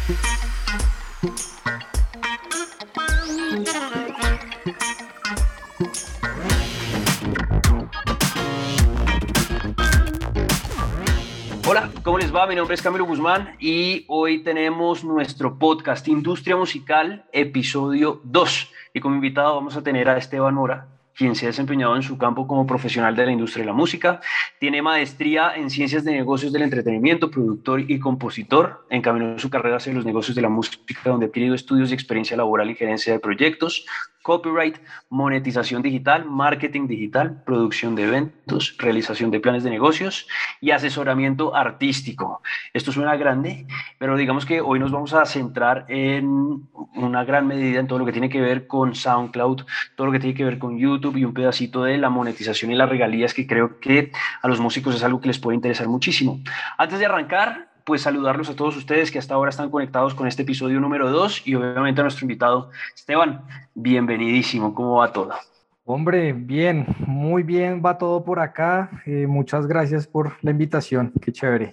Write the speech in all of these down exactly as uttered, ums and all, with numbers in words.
Hola, ¿cómo les va? Mi nombre es Camilo Guzmán y hoy tenemos nuestro podcast Industria Musical, episodio dos. Y como invitado vamos a tener a Esteban Mora, quien se ha desempeñado en su campo como profesional de la industria de la música. Tiene maestría en Ciencias de Negocios del Entretenimiento, productor y compositor. Encaminó su carrera hacia los negocios de la música, donde ha adquirido estudios de experiencia laboral y gerencia de proyectos, copyright, monetización digital, marketing digital, producción de eventos, realización de planes de negocios y asesoramiento artístico. Esto suena grande, pero digamos que hoy nos vamos a centrar en una gran medida en todo lo que tiene que ver con SoundCloud, todo lo que tiene que ver con YouTube y un pedacito de la monetización y las regalías, que creo que a los músicos es algo que les puede interesar muchísimo. Antes de arrancar, pues saludarlos a todos ustedes que hasta ahora están conectados con este episodio número dos y obviamente a nuestro invitado Esteban. Bienvenidísimo, ¿cómo va todo? Hombre, bien, muy bien, va todo por acá. Eh, muchas gracias por la invitación, qué chévere.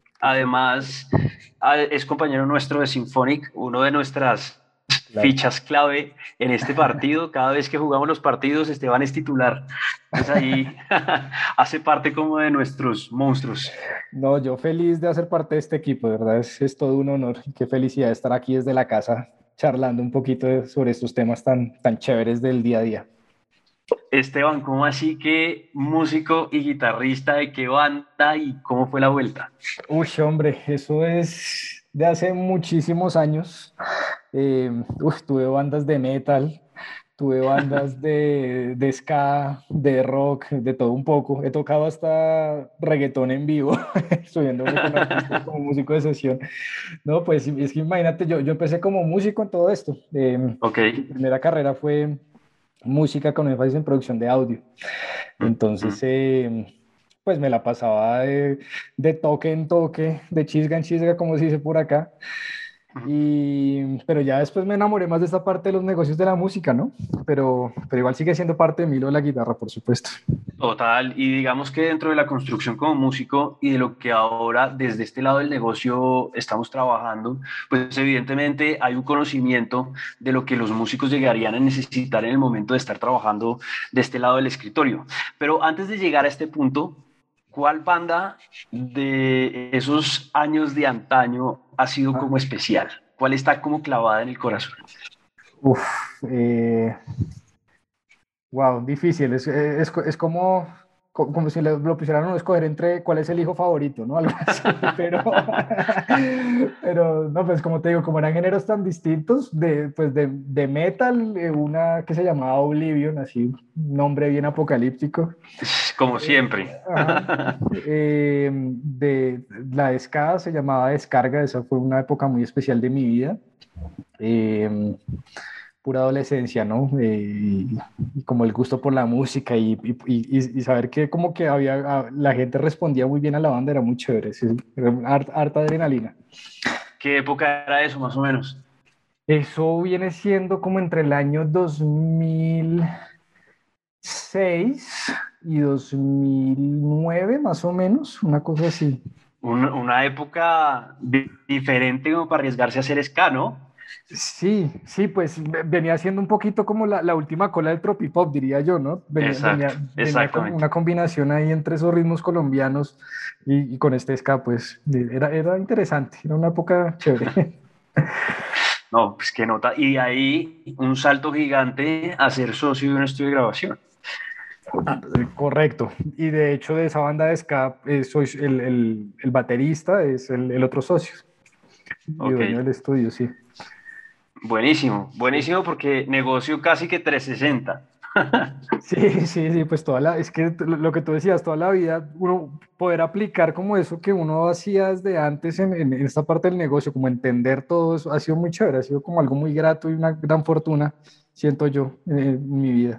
Además, es compañero nuestro de Symphonic, uno de nuestras Claro. fichas clave en este partido. Cada vez que jugamos los partidos, Esteban es titular. Entonces ahí hace parte como de nuestros monstruos. No, yo feliz de hacer parte de este equipo, de verdad es, es todo un honor. Qué felicidad estar aquí desde la casa charlando un poquito de, sobre estos temas tan, tan chéveres del día a día. Esteban, ¿cómo así que músico y guitarrista de qué banda y cómo fue la vuelta? Uy, hombre, eso es de hace muchísimos años. Eh, uf, tuve bandas de metal, tuve bandas de, de ska, de rock, de todo un poco. He tocado hasta reggaetón en vivo, subiéndome con artistas como músico de sesión. No, pues es que imagínate, yo, yo empecé como músico en todo esto. Eh, Ok. Mi primera carrera fue música con énfasis en producción de audio. Entonces, eh, pues me la pasaba de, de toque en toque, de chisga en chisga, como se dice por acá. Y, pero ya después me enamoré más de esta parte de los negocios de la música, ¿no? Pero, pero igual sigue siendo parte de mí lo de la guitarra, por supuesto. Total, y digamos que dentro de la construcción como músico y de lo que ahora desde este lado del negocio estamos trabajando, pues evidentemente hay un conocimiento de lo que los músicos llegarían a necesitar en el momento de estar trabajando de este lado del escritorio. Pero antes de llegar a este punto, ¿cuál banda de esos años de antaño ha sido como especial? ¿Cuál está como clavada en el corazón? Uf, eh, wow, difícil. Es, es, es como, como si le, lo pusieran a escoger entre cuál es el hijo favorito, ¿no? Algo así. Pero, pero no, pues como te digo, como eran géneros tan distintos, de, pues de, de metal, una que se llamaba Oblivion, así, un nombre bien apocalíptico. Como siempre. Ajá. Eh, de, la de ska se llamaba Descarga, esa fue una época muy especial de mi vida. Eh, pura adolescencia, ¿no? Eh, y, y como el gusto por la música y, y, y, y saber que como que había, la gente respondía muy bien a la banda, era muy chévere, sí, era harta, harta adrenalina. ¿Qué época era eso, más o menos? Eso viene siendo como entre el año dos mil seis y dos mil nueve, más o menos, una cosa así. Un, una época di diferente como para arriesgarse a hacer ska, ¿no? Sí, sí, pues venía siendo un poquito como la, la última cola del tropipop, diría yo, ¿no? Venía, Exacto, venía, venía como exactamente. una combinación ahí entre esos ritmos colombianos y, y con este ska, pues era, era interesante, era una época chévere. No, pues qué nota. Y de ahí un salto gigante a ser socio de un estudio de grabación. Ah, correcto. Y de hecho de esa banda de ska, eh, soy el, el, el baterista, es el, el otro socio y Ok, dueño del estudio, sí. buenísimo, Sí. buenísimo porque negocio casi que trescientos sesenta. Sí, sí, sí, pues toda la, es que lo que tú decías, toda la vida, uno poder aplicar como eso que uno hacía desde antes en, en esta parte del negocio, como entender todo eso, ha sido muy chévere, ha sido como algo muy grato y una gran fortuna, siento yo, en, en mi vida.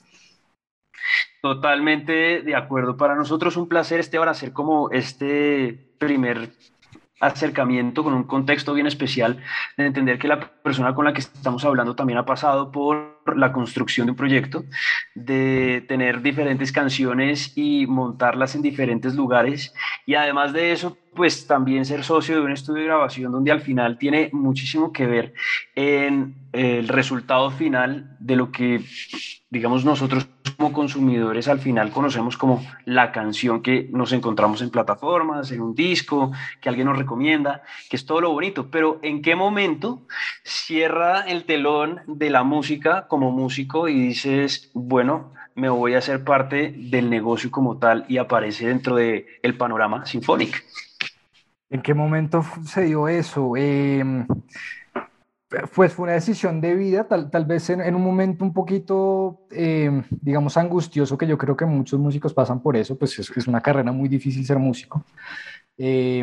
Totalmente de acuerdo. Para nosotros un placer, Esteban, hacer como este primer acercamiento con un contexto bien especial, de entender que la persona con la que estamos hablando también ha pasado por la construcción de un proyecto, de tener diferentes canciones y montarlas en diferentes lugares. Y además de eso, pues también ser socio de un estudio de grabación donde al final tiene muchísimo que ver en el resultado final de lo que, digamos, nosotros como consumidores al final conocemos como la canción que nos encontramos en plataformas, en un disco, que alguien nos recomienda, que es todo lo bonito. Pero ¿en qué momento cierra el telón de la música como músico y dices, bueno, me voy a hacer parte del negocio como tal y aparece dentro del panorama sinfónico? ¿En qué momento se dio eso? Eh, pues fue una decisión de vida, tal, tal vez en, en un momento un poquito, eh, digamos, angustioso, que yo creo que muchos músicos pasan por eso, pues es, es una carrera muy difícil ser músico, eh,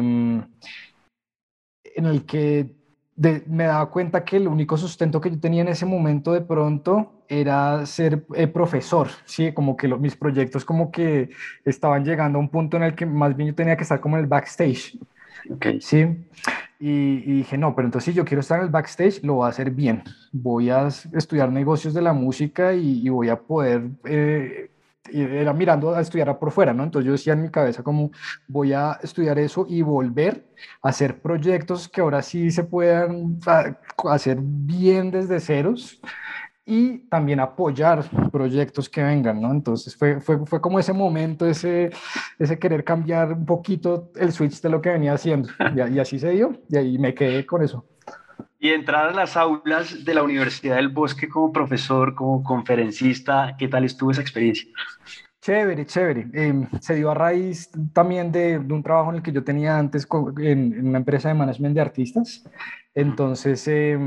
en el que de, me daba cuenta que el único sustento que yo tenía en ese momento de pronto era ser eh, profesor, ¿sí? Como que lo, mis proyectos como que estaban llegando a un punto en el que más bien yo tenía que estar como en el backstage. Okay. Sí, y, y dije, no, pero entonces si yo quiero estar en el backstage, lo voy a hacer bien. Voy a estudiar negocios de la música y, y voy a poder, eh, era mirando a estudiar por fuera, ¿no? Entonces yo decía en mi cabeza como voy a estudiar eso y volver a hacer proyectos que ahora sí se puedan hacer bien desde ceros y también apoyar proyectos que vengan, ¿no? Entonces fue, fue, fue como ese momento, ese, ese querer cambiar un poquito el switch de lo que venía haciendo. Y, y así se dio, y ahí me quedé con eso. Y entrar a las aulas de la Universidad del Bosque como profesor, como conferencista, ¿qué tal estuvo esa experiencia? Chévere, chévere. Eh, se dio a raíz también de, de un trabajo en el que yo tenía antes con, en, en una empresa de management de artistas. Entonces, eh,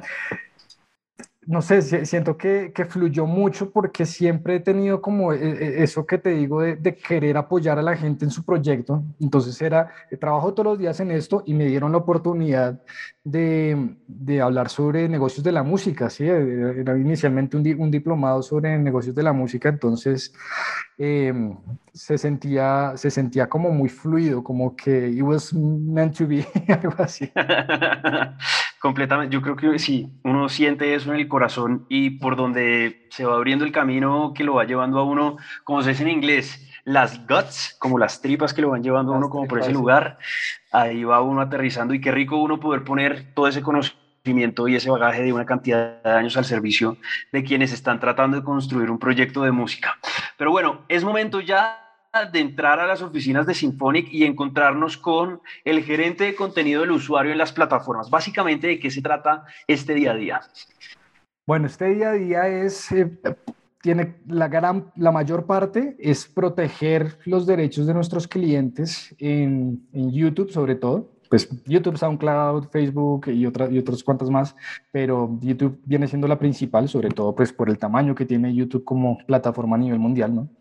no sé, siento que, que fluyó mucho porque siempre he tenido como eso que te digo de, de querer apoyar a la gente en su proyecto. Entonces era, trabajo todos los días en esto y me dieron la oportunidad de, de hablar sobre negocios de la música, ¿sí? Era inicialmente un, di, un diplomado sobre negocios de la música, entonces eh, se, sentía, se sentía como muy fluido, como que it was meant to be, algo así. Completamente, yo creo que sí, uno siente eso en el corazón y por donde se va abriendo el camino que lo va llevando a uno, como se dice en inglés, las guts, como las tripas que lo van llevando a uno Las como por ese tripas, sí. lugar, ahí va uno aterrizando y qué rico uno poder poner todo ese conocimiento y ese bagaje de una cantidad de años al servicio de quienes están tratando de construir un proyecto de música. Pero bueno, es momento ya de entrar a las oficinas de Symphonic y encontrarnos con el gerente de contenido del usuario en las plataformas. Básicamente, ¿de qué se trata este día a día? Bueno, este día a día es, eh, tiene la, gran, la mayor parte es proteger los derechos de nuestros clientes en, en YouTube, sobre todo. Pues YouTube, SoundCloud, Facebook y, otra, y otras cuantas más, pero YouTube viene siendo la principal, sobre todo pues por el tamaño que tiene YouTube como plataforma a nivel mundial, ¿no?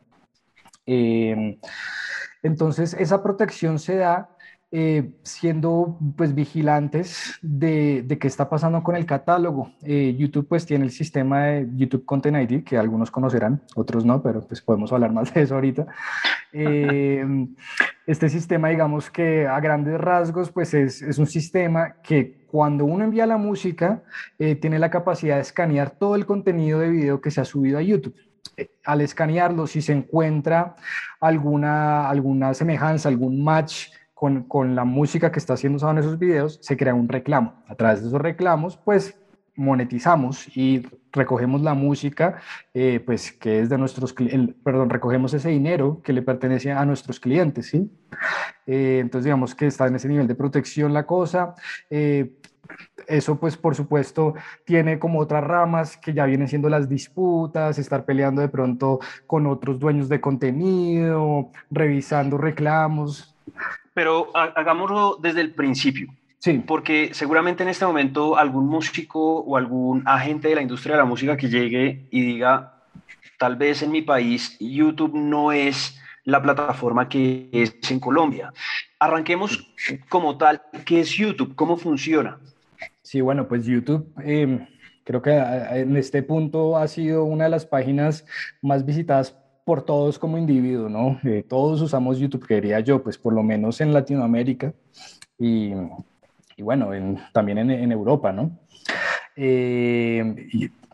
Eh, entonces, esa protección se da eh, siendo pues vigilantes de, de qué está pasando con el catálogo. Eh, YouTube pues tiene el sistema de YouTube Content I D, que algunos conocerán, otros no, pero pues podemos hablar más de eso ahorita. Eh, este sistema, digamos que a grandes rasgos, pues es, es un sistema que cuando uno envía la música, eh, tiene la capacidad de escanear todo el contenido de video que se ha subido a YouTube. Al escanearlo, si se encuentra alguna, alguna semejanza, algún match con, con la música que está siendo usada en esos videos, se crea un reclamo. A través de esos reclamos, pues monetizamos y recogemos la música, eh, pues que es de nuestros, el, perdón, recogemos ese dinero que le pertenece a nuestros clientes, ¿sí? Eh, entonces digamos que está en ese nivel de protección la cosa. Eh, eso pues por supuesto tiene como otras ramas que ya vienen siendo las disputas, estar peleando de pronto con otros dueños de contenido, revisando reclamos. Pero hagámoslo desde el principio. Sí. Porque seguramente en este momento algún músico o algún agente de la industria de la música que llegue y diga, tal vez en mi país YouTube no es la plataforma que es en Colombia. Arranquemos como tal, ¿qué es YouTube? ¿Cómo funciona? Sí, bueno, pues YouTube eh, creo que en este punto ha sido una de las páginas más visitadas por todos como individuo, ¿no? Eh, todos usamos YouTube, quería yo, pues por lo menos en Latinoamérica y, y bueno, en, también en, en Europa, ¿no? Eh, y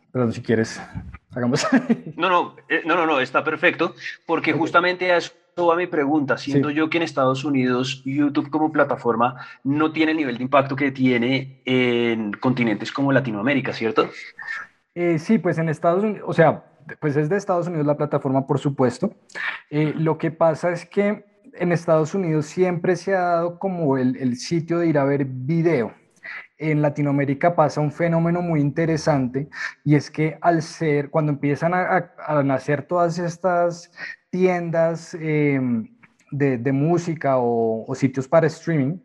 Perdón, si quieres, hagamos. No, no, eh, no, no, no, está perfecto, porque Ok, justamente a eso va mi pregunta. Siento sí. yo que en Estados Unidos YouTube como plataforma no tiene el nivel de impacto que tiene en continentes como Latinoamérica, ¿cierto? Eh, sí, pues en Estados Unidos, o sea, pues es de Estados Unidos la plataforma, por supuesto. Eh, lo que pasa es que en Estados Unidos siempre se ha dado como el, el sitio de ir a ver video. En Latinoamérica pasa un fenómeno muy interesante y es que al ser, cuando empiezan a, a- a nacer todas estas tiendas eh, de, de música o, o sitios para streaming,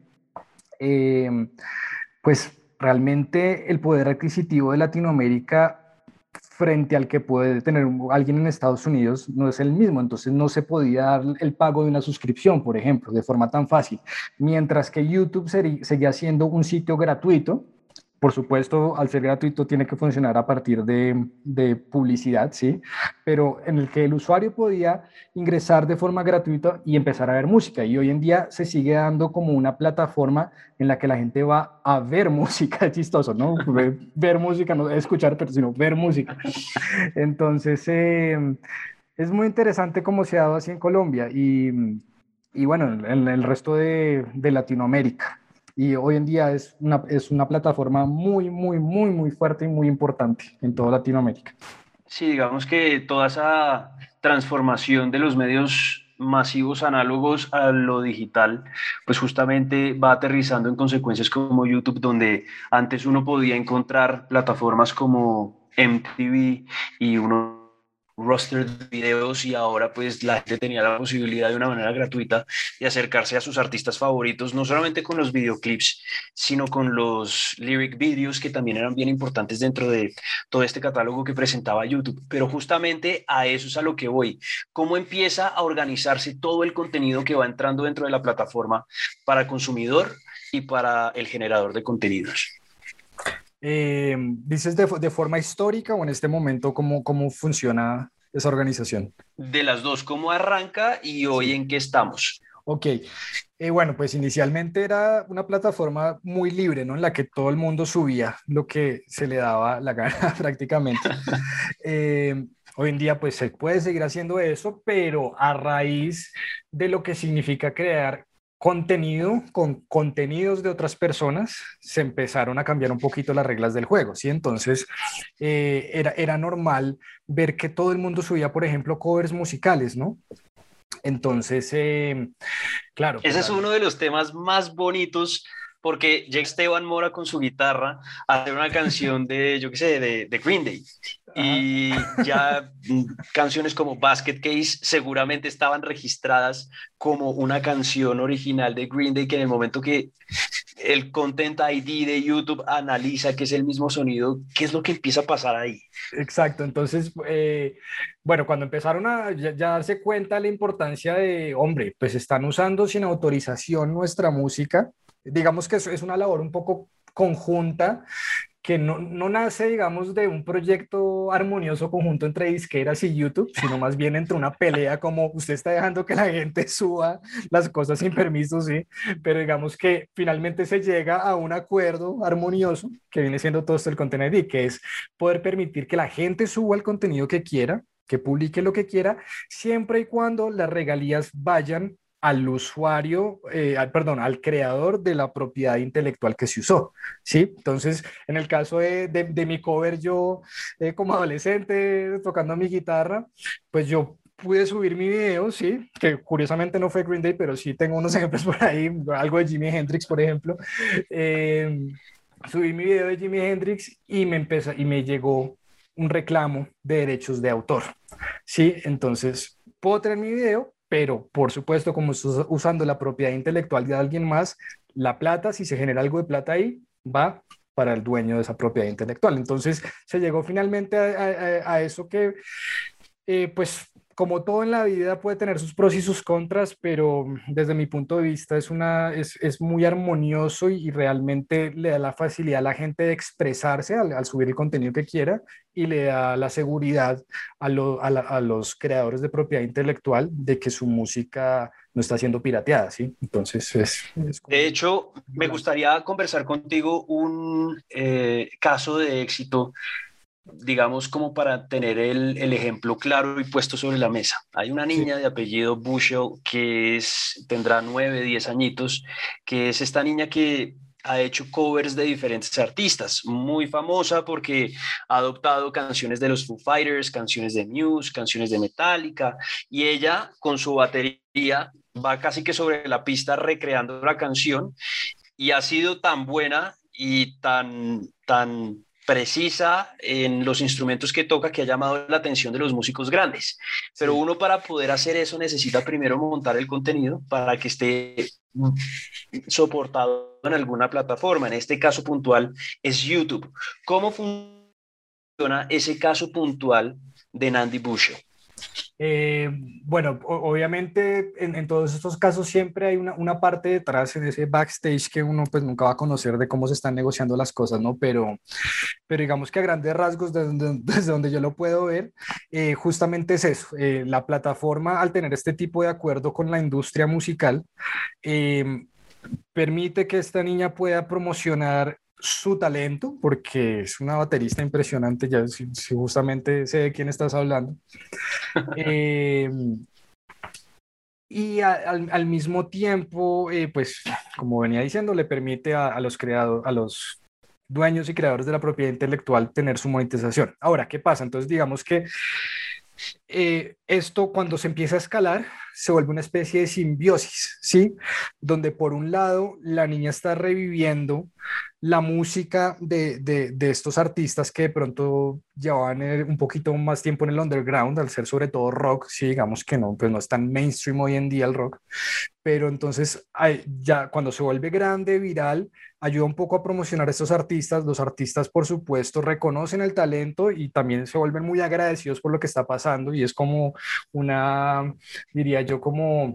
eh, pues realmente el poder adquisitivo de Latinoamérica frente al que puede tener alguien en Estados Unidos no es el mismo, entonces no se podía dar el pago de una suscripción, por ejemplo, de forma tan fácil, mientras que YouTube seguía siendo un sitio gratuito. Por supuesto, al ser gratuito tiene que funcionar a partir de, de publicidad, ¿sí? Pero en el que el usuario podía ingresar de forma gratuita y empezar a ver música. Y hoy en día se sigue dando como una plataforma en la que la gente va a ver música, es chistoso, ¿no? Ver, ver música, no escuchar, pero sino ver música. Entonces, eh, es muy interesante cómo se ha dado así en Colombia y, y bueno, en el resto de, de Latinoamérica. Y hoy en día es una, es una plataforma muy, muy, muy, muy fuerte y muy importante en toda Latinoamérica. Sí, digamos que toda esa transformación de los medios masivos análogos a lo digital, pues justamente va aterrizando en consecuencias como YouTube, donde antes uno podía encontrar plataformas como M T V y uno roster de videos y ahora pues la gente tenía la posibilidad de una manera gratuita de acercarse a sus artistas favoritos, no solamente con los videoclips, sino con los lyric videos que también eran bien importantes dentro de todo este catálogo que presentaba YouTube. Pero justamente a eso es a lo que voy. ¿Cómo empieza a organizarse todo el contenido que va entrando dentro de la plataforma para el consumidor y para el generador de contenidos? Eh, ¿Dices de, de, forma histórica o en este momento cómo, cómo funciona esa organización? De las dos, ¿cómo arranca y hoy Sí. en qué estamos? Ok, eh, bueno, pues inicialmente era una plataforma muy libre, ¿no? En la que todo el mundo subía lo que se le daba la gana prácticamente. Eh, Hoy en día pues se puede seguir haciendo eso, pero a raíz de lo que significa crear contenido con contenidos de otras personas, se empezaron a cambiar un poquito las reglas del juego, ¿sí? Entonces eh, era, era normal ver que todo el mundo subía, por ejemplo, covers musicales, ¿no? Entonces, eh, claro, pues Ese es al, uno de los temas más bonitos porque llega Esteban Mora con su guitarra a hacer una canción de, yo qué sé, de, de Green Day. ajá, Y ya mm, canciones como Basket Case seguramente estaban registradas como una canción original de Green Day que en el momento que el Content I D de YouTube analiza que es el mismo sonido, ¿qué es lo que empieza a pasar ahí? exacto. Entonces, eh, bueno, cuando empezaron a ya, ya darse cuenta de la importancia de, hombre, pues están usando sin autorización nuestra música, digamos que es, es una labor un poco conjunta que no, no nace, digamos, de un proyecto armonioso conjunto entre disqueras y YouTube, sino más bien entre una pelea como usted está dejando que la gente suba las cosas sin permiso, sí, pero digamos que finalmente se llega a un acuerdo armonioso que viene siendo todo esto el Content I D, que es poder permitir que la gente suba el contenido que quiera, que publique lo que quiera, siempre y cuando las regalías vayan al usuario, eh, al, perdón, al creador de la propiedad intelectual que se usó, ¿sí? Entonces, en el caso de, de, de mi cover, yo eh, como adolescente tocando mi guitarra, pues yo pude subir mi video, sí, que curiosamente no fue Green Day, pero sí tengo unos ejemplos por ahí, algo de Jimi Hendrix, por ejemplo. Eh, Subí mi video de Jimi Hendrix y me empezó, y me llegó un reclamo de derechos de autor, sí, entonces puedo tener mi video, pero por supuesto, como estoy usando la propiedad intelectual de alguien más, la plata, si se genera algo de plata ahí, va para el dueño de esa propiedad intelectual. Entonces se llegó finalmente a, a, a eso que, eh, pues, como todo en la vida puede tener sus pros y sus contras, pero desde mi punto de vista es, una, es, es muy armonioso y, y realmente le da la facilidad a la gente de expresarse al, al subir el contenido que quiera y le da la seguridad a, lo, a, la, a los creadores de propiedad intelectual de que su música no está siendo pirateada, ¿sí? Entonces es, es como De un hecho, me balance. gustaría conversar contigo un eh, caso de éxito digamos, como para tener el, el ejemplo claro y puesto sobre la mesa. Hay una Sí. niña de apellido Bushel que es, tendrá nueve, diez añitos, que es esta niña que ha hecho covers de diferentes artistas, muy famosa porque ha adoptado canciones de los Foo Fighters, canciones de Muse, canciones de Metallica, y ella con su batería va casi que sobre la pista recreando la canción y ha sido tan buena y tan, tan precisa en los instrumentos que toca que ha llamado la atención de los músicos grandes. Pero Sí. uno para poder hacer eso necesita primero montar el contenido para que esté soportado en alguna plataforma. En este caso puntual es YouTube. ¿Cómo funciona ese caso puntual de Nandi Bushel? Eh, bueno, o- obviamente en, en todos estos casos siempre hay una, una parte detrás en ese backstage que uno pues nunca va a conocer de cómo se están negociando las cosas, ¿no? Pero, pero digamos que a grandes rasgos, desde donde, desde donde yo lo puedo ver, eh, justamente es eso. Eh, la plataforma, al tener este tipo de acuerdo con la industria musical, eh, permite que esta niña pueda promocionar su talento, porque es una baterista impresionante, ya si, si justamente sé de quién estás hablando. Eh, y a, al, al, mismo tiempo, eh, pues, como venía diciendo, le permite a, a los creadores, a los dueños y creadores de la propiedad intelectual tener su monetización. Ahora, ¿qué pasa? Entonces, digamos que eh, esto cuando se empieza a escalar se vuelve una especie de simbiosis, ¿sí? Donde por un lado la niña está reviviendo la música de, de, de estos artistas que de pronto llevaban un poquito más tiempo en el underground, al ser sobre todo rock, sí, digamos que no, pues no es tan mainstream hoy en día el rock, pero entonces ya cuando se vuelve grande, viral, ayuda un poco a promocionar a estos artistas. Los artistas, por supuesto, reconocen el talento y también se vuelven muy agradecidos por lo que está pasando y es como una, diría yo, como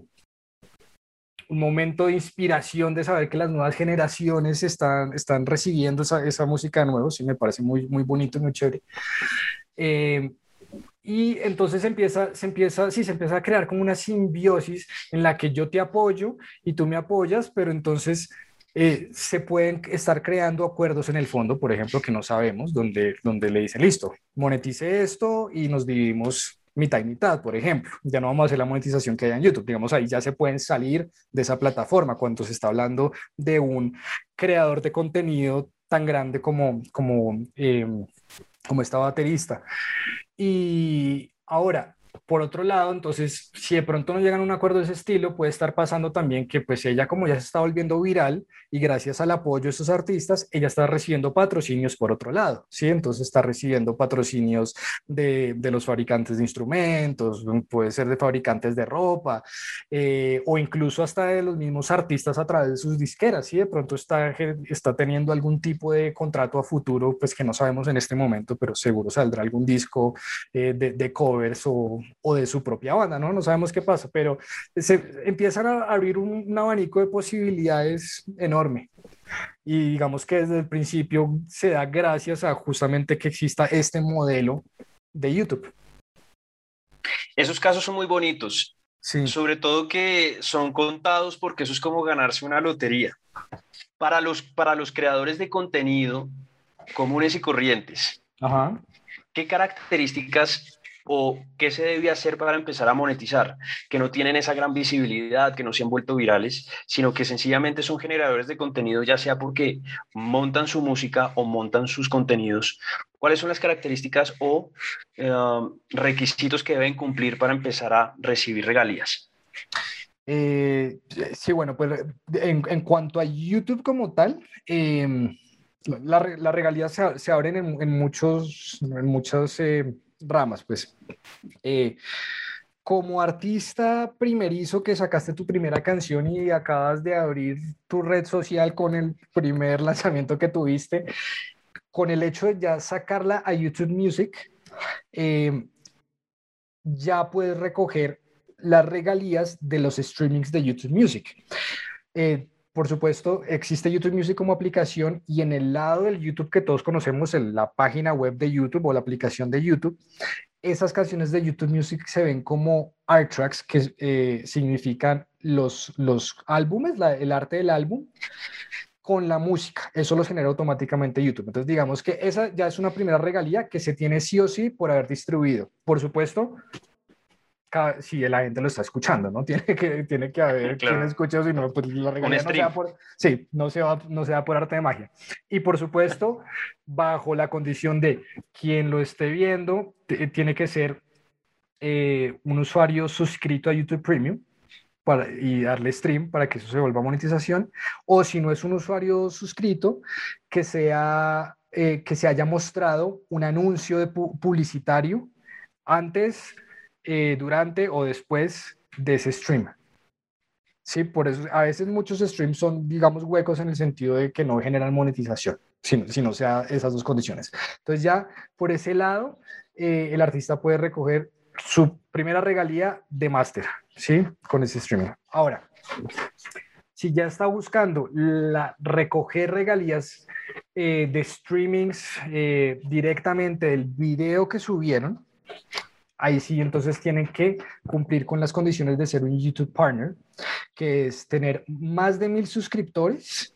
un momento de inspiración de saber que las nuevas generaciones están, están recibiendo esa, esa música de nuevo. Sí, me parece muy, muy bonito, muy chévere. Eh, y entonces se empieza, se empieza, sí, se empieza a crear como una simbiosis en la que yo te apoyo y tú me apoyas, pero entonces eh, se pueden estar creando acuerdos en el fondo, por ejemplo, que no sabemos, donde, donde le dicen, listo, monetice esto y nos dividimos mitad y mitad, por ejemplo. Ya no vamos a hacer la monetización que hay en YouTube. Digamos, ahí ya se pueden salir de esa plataforma cuando se está hablando de un creador de contenido tan grande como, como, eh, como esta baterista. Y ahora, por otro lado, entonces, si de pronto no llegan a un acuerdo de ese estilo, puede estar pasando también que pues ella como ya se está volviendo viral y gracias al apoyo de estos artistas, ella está recibiendo patrocinios por otro lado, ¿sí? Entonces está recibiendo patrocinios de, de los fabricantes de instrumentos, puede ser de fabricantes de ropa, eh, o incluso hasta de los mismos artistas a través de sus disqueras, ¿sí? De pronto está, está teniendo algún tipo de contrato a futuro, pues que no sabemos en este momento, pero seguro saldrá algún disco eh, de, de covers o, o de su propia banda, ¿no? No sabemos qué pasa, pero se empiezan a abrir un, un abanico de posibilidades enorme. Y digamos que desde el principio se da gracias a justamente que exista este modelo de YouTube. Esos casos son muy bonitos, Sí. sobre todo que son contados porque eso es como ganarse una lotería. Para los, para los creadores de contenido comunes y corrientes, Ajá. ¿qué características o qué se debe hacer para empezar a monetizar? Que no tienen esa gran visibilidad, que no se han vuelto virales, sino que sencillamente son generadores de contenido, ya sea porque montan su música o montan sus contenidos. ¿Cuáles son las características o eh, requisitos que deben cumplir para empezar a recibir regalías? Eh, sí, bueno, pues en, en, cuanto a YouTube como tal, eh, la, la regalías se, se abren en, en, muchos, en muchas eh, ramas, pues. Eh, como artista primerizo que sacaste tu primera canción y acabas de abrir tu red social con el primer lanzamiento que tuviste, con el hecho de ya sacarla a YouTube Music, eh, ya puedes recoger las regalías de los streamings de YouTube Music. Eh, por supuesto, existe YouTube Music como aplicación y en el lado del YouTube que todos conocemos, en la página web de YouTube o la aplicación de YouTube, esas canciones de YouTube Music se ven como art tracks, que eh, significan los, los álbumes, la, el arte del álbum, con la música. Eso los genera automáticamente YouTube. Entonces, digamos que esa ya es una primera regalía que se tiene sí o sí por haber distribuido. Por supuesto, si la gente lo está escuchando, ¿no? Tiene que, tiene que haber Claro. quien escuche, o si no, pues la regalía Un no se da stream. por, sí, no se, va, no se da por arte de magia. Y por supuesto, bajo la condición de quien lo esté viendo, tiene que ser eh, un usuario suscrito a YouTube Premium para, y darle stream para que eso se vuelva monetización, o si no es un usuario suscrito, que, sea, eh, que se haya mostrado un anuncio de pu publicitario antes, eh, durante o después de ese stream. Sí, por eso a veces muchos streams son, digamos, huecos en el sentido de que no generan monetización, si, si no sea esas dos condiciones. Entonces ya por ese lado, eh, el artista puede recoger su primera regalía de máster, ¿sí? Con ese streaming. Ahora, si ya está buscando la, recoger regalías eh, de streamings eh, directamente del video que subieron, ahí sí entonces tienen que cumplir con las condiciones de ser un YouTube Partner, que es tener más de mil suscriptores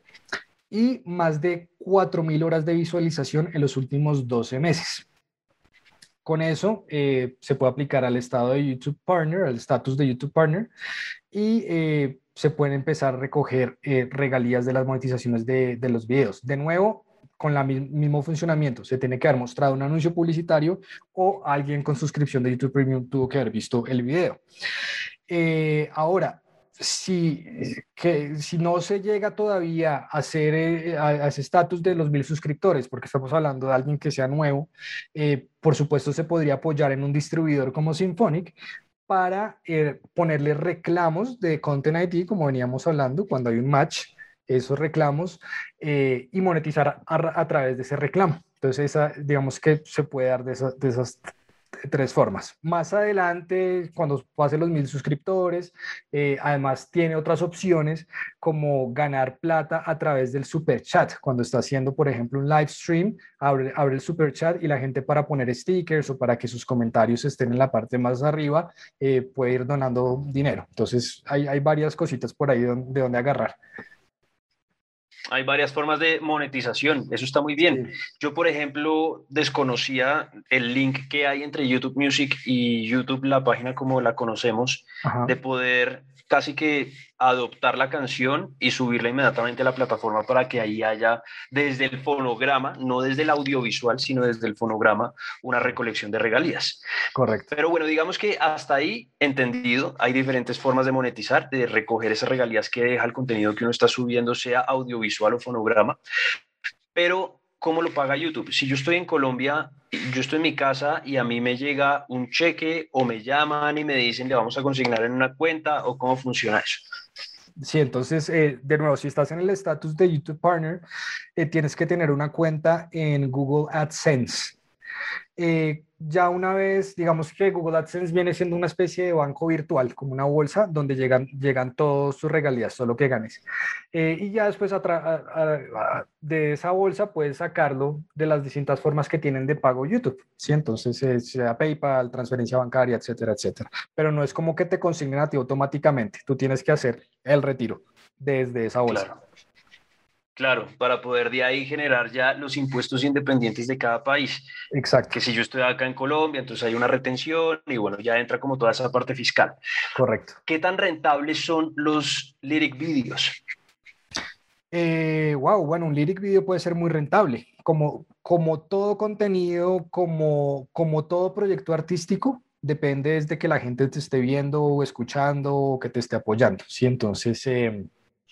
y más de cuatro mil horas de visualización en los últimos doce meses. Con eso eh, se puede aplicar al estado de YouTube Partner, al estatus de YouTube Partner, y eh, se pueden empezar a recoger eh, regalías de las monetizaciones de, de los videos. De nuevo, con el mismo funcionamiento, se tiene que haber mostrado un anuncio publicitario o alguien con suscripción de YouTube Premium tuvo que haber visto el video. Eh, ahora, si, que, si no se llega todavía a, hacer, eh, a, a ese estatus de los mil suscriptores, porque estamos hablando de alguien que sea nuevo, eh, por supuesto se podría apoyar en un distribuidor como Symphonic para eh, ponerle reclamos de Content I D, como veníamos hablando, cuando hay un match, esos reclamos, eh, y monetizar a, a través de ese reclamo. Entonces, esa, digamos que se puede dar de, esa, de esas tres formas. Más adelante, cuando pase los mil suscriptores, eh, además tiene otras opciones como ganar plata a través del super chat. Cuando está haciendo, por ejemplo, un live stream, abre, abre el super chat y la gente, para poner stickers o para que sus comentarios estén en la parte más arriba, eh, puede ir donando dinero. Entonces, hay, hay varias cositas por ahí de, de donde agarrar. Hay varias formas de monetización, eso está muy bien. Sí. Yo, por ejemplo, desconocía el link que hay entre YouTube Music y YouTube, la página como la conocemos, Ajá. de poder casi que adoptar la canción y subirla inmediatamente a la plataforma para que ahí haya desde el fonograma, no desde el audiovisual, sino desde el fonograma, una recolección de regalías. Correcto. Pero bueno, digamos que hasta ahí entendido, hay diferentes formas de monetizar, de recoger esas regalías que deja el contenido que uno está subiendo, sea audiovisual o fonograma. Pero, ¿cómo lo paga YouTube? Si yo estoy en Colombia, yo estoy en mi casa y a mí me llega un cheque o me llaman y me dicen le vamos a consignar en una cuenta, o cómo funciona eso. Sí, entonces, eh, de nuevo, si estás en el estatus de YouTube Partner, eh, tienes que tener una cuenta en Google AdSense. Eh, ya una vez, digamos que Google AdSense viene siendo una especie de banco virtual, como una bolsa donde llegan, llegan todas tus regalías, todo lo que ganes. Eh, y ya después a a, a, de esa bolsa puedes sacarlo de las distintas formas que tienen de pago YouTube, ¿sí? Entonces, eh, sea PayPal, transferencia bancaria, etcétera, etcétera. Pero no es como que te consignen a ti automáticamente, tú tienes que hacer el retiro desde esa bolsa. Claro. Claro, para poder de ahí generar ya los impuestos independientes de cada país. Exacto. Que si yo estoy acá en Colombia, entonces hay una retención y bueno, ya entra como toda esa parte fiscal. Correcto. ¿Qué tan rentables son los lyric videos? Eh, wow, bueno, un lyric video puede ser muy rentable. Como, como todo contenido, como, como todo proyecto artístico, depende desde que la gente te esté viendo o escuchando o que te esté apoyando, ¿sí? Entonces, eh,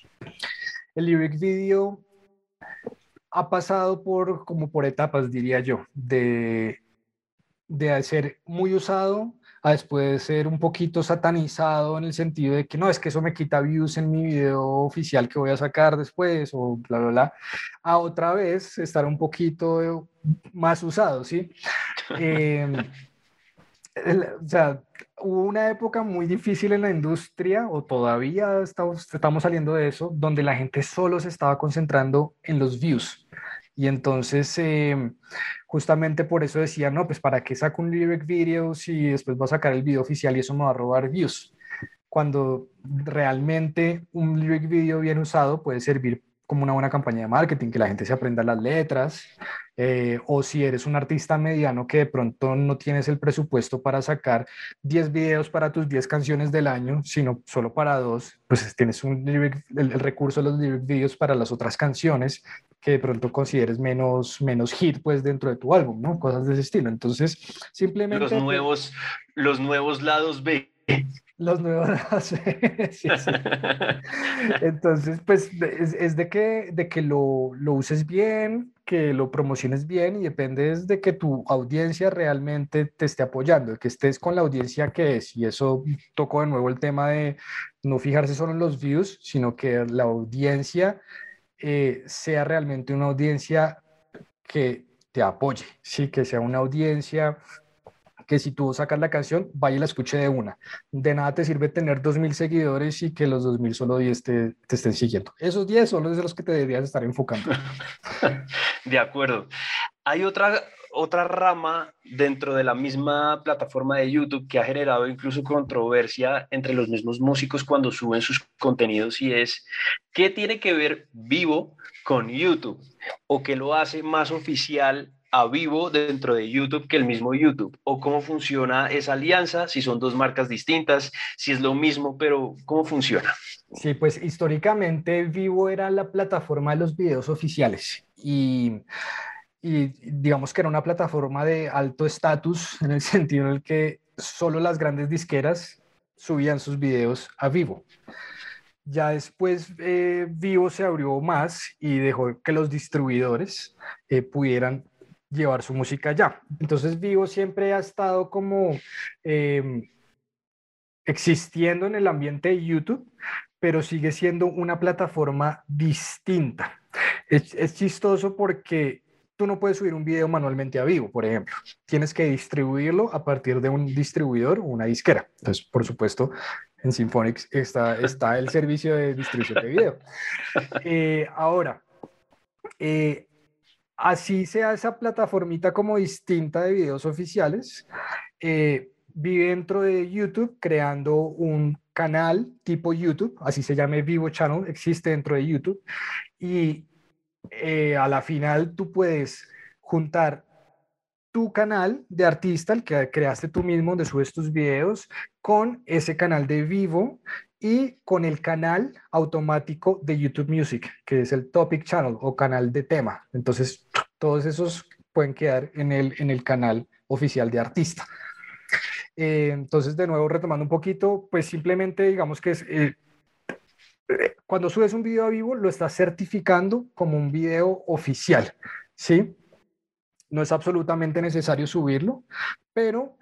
el lyric video ha pasado por, como por etapas, diría yo, de, de ser muy usado a después de ser un poquito satanizado en el sentido de que no, es que eso me quita views en mi video oficial que voy a sacar después o bla, bla, bla, a otra vez estar un poquito más usado, ¿sí? Eh, el, o sea, hubo una época muy difícil en la industria, o todavía estamos, estamos saliendo de eso, donde la gente solo se estaba concentrando en los views. Y entonces, eh, justamente por eso decía, no, pues para qué saco un lyric video si después va a sacar el video oficial y eso me va a robar views. Cuando realmente un lyric video bien usado puede servir como una buena campaña de marketing, que la gente se aprenda las letras, eh, o si eres un artista mediano que de pronto no tienes el presupuesto para sacar diez videos para tus diez canciones del año, sino solo para dos, pues tienes un lyric, el, el recurso de los lyric videos para las otras canciones que de pronto consideres menos, menos hit pues dentro de tu álbum, ¿no? Cosas de ese estilo. Entonces, Los simplemente... Pues, nuevos, los nuevos lados B. los nuevos, sí, sí. Entonces, pues es, es de que, de que lo, lo uses bien, que lo promociones bien y depende es de que tu audiencia realmente te esté apoyando, de que estés con la audiencia que es. Y eso tocó de nuevo el tema de no fijarse solo en los views, sino que la audiencia eh, sea realmente una audiencia que te apoye, sí, que sea una audiencia que si tú sacas la canción, vaya y la escuche de una. De nada te sirve tener dos mil seguidores y que los dos mil solo diez te, te estén siguiendo. Esos diez son los de los que te deberías estar enfocando. De acuerdo. Hay otra, otra rama dentro de la misma plataforma de YouTube que ha generado incluso controversia entre los mismos músicos cuando suben sus contenidos y es ¿qué tiene que ver Vivo con YouTube? ¿O qué lo hace más oficial a Vivo dentro de YouTube que el mismo YouTube? ¿O cómo funciona esa alianza? Si son dos marcas distintas, si es lo mismo, pero ¿cómo funciona? Sí, pues históricamente Vivo era la plataforma de los videos oficiales y, y digamos que era una plataforma de alto estatus en el sentido en el que solo las grandes disqueras subían sus videos a Vivo. Ya después eh, Vivo se abrió más y dejó que los distribuidores eh, pudieran llevar su música allá. Entonces Vivo siempre ha estado como eh, existiendo en el ambiente de YouTube, pero sigue siendo una plataforma distinta. Es, es chistoso porque tú no puedes subir un video manualmente a Vivo, por ejemplo. Tienes que distribuirlo a partir de un distribuidor o una disquera. Entonces, por supuesto, en Symphonics está, está el servicio de distribución de video. Eh, ahora, eh, así sea esa plataformita como distinta de videos oficiales, eh, vive dentro de YouTube creando un canal tipo YouTube, así se llame Vivo Channel, existe dentro de YouTube y eh, a la final tú puedes juntar tu canal de artista, el que creaste tú mismo, donde subes tus videos, con ese canal de Vivo y con el canal automático de YouTube Music, que es el Topic Channel o canal de tema. Entonces, todos esos pueden quedar en el, en el canal oficial de artista. Eh, entonces, de nuevo, retomando un poquito, pues simplemente digamos que es... Eh, cuando subes un video a Vivo, lo estás certificando como un video oficial, ¿sí? No es absolutamente necesario subirlo, pero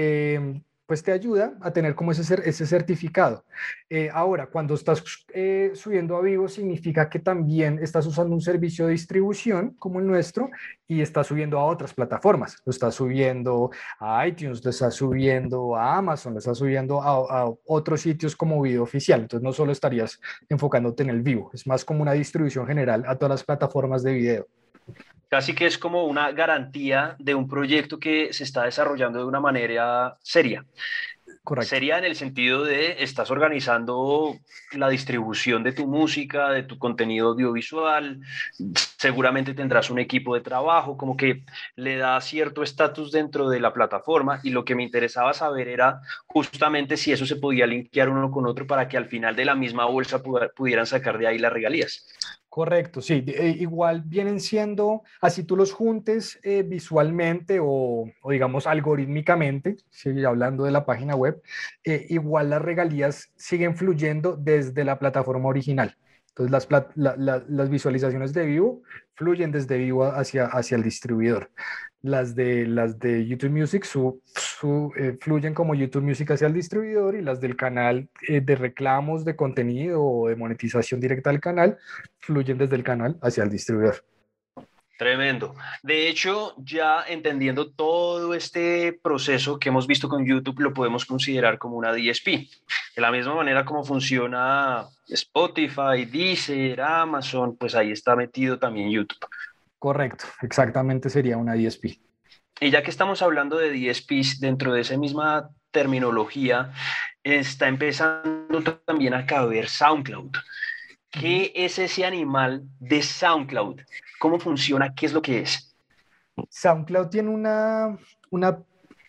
eh, pues te ayuda a tener como ese, ese certificado. Eh, ahora, cuando estás eh, subiendo a Vivo, significa que también estás usando un servicio de distribución como el nuestro y estás subiendo a otras plataformas. Lo estás subiendo a iTunes, lo estás subiendo a Amazon, lo estás subiendo a, a otros sitios como video oficial. Entonces, no solo estarías enfocándote en el Vivo, es más como una distribución general a todas las plataformas de video. Casi que es como una garantía de un proyecto que se está desarrollando de una manera seria. Correcto. Sería en el sentido de estás organizando la distribución de tu música, de tu contenido audiovisual, seguramente tendrás un equipo de trabajo, como que le da cierto estatus dentro de la plataforma y lo que me interesaba saber era justamente si eso se podía linkear uno con otro para que al final de la misma bolsa pudieran sacar de ahí las regalías. Correcto, sí. Eh, igual vienen siendo, así tú los juntes eh, visualmente o, o, digamos algorítmicamente, sigue hablando de la página web, eh, igual las regalías siguen fluyendo desde la plataforma original. Entonces las, la, la, las visualizaciones de Vivo fluyen desde Vivo hacia, hacia el distribuidor. Las de, las de YouTube Music su, su, eh, fluyen como YouTube Music hacia el distribuidor y las del canal eh, de reclamos de contenido o de monetización directa del canal fluyen desde el canal hacia el distribuidor. Tremendo. De hecho, ya entendiendo todo este proceso que hemos visto con YouTube, lo podemos considerar como una D S P. De la misma manera como funciona Spotify, Deezer, Amazon, pues ahí está metido también YouTube. Correcto, exactamente sería una D S P. Y ya que estamos hablando de D S Ps, dentro de esa misma terminología, está empezando también a caber SoundCloud. ¿Qué es ese animal de SoundCloud? ¿Cómo funciona? ¿Qué es lo que es? SoundCloud tiene una, una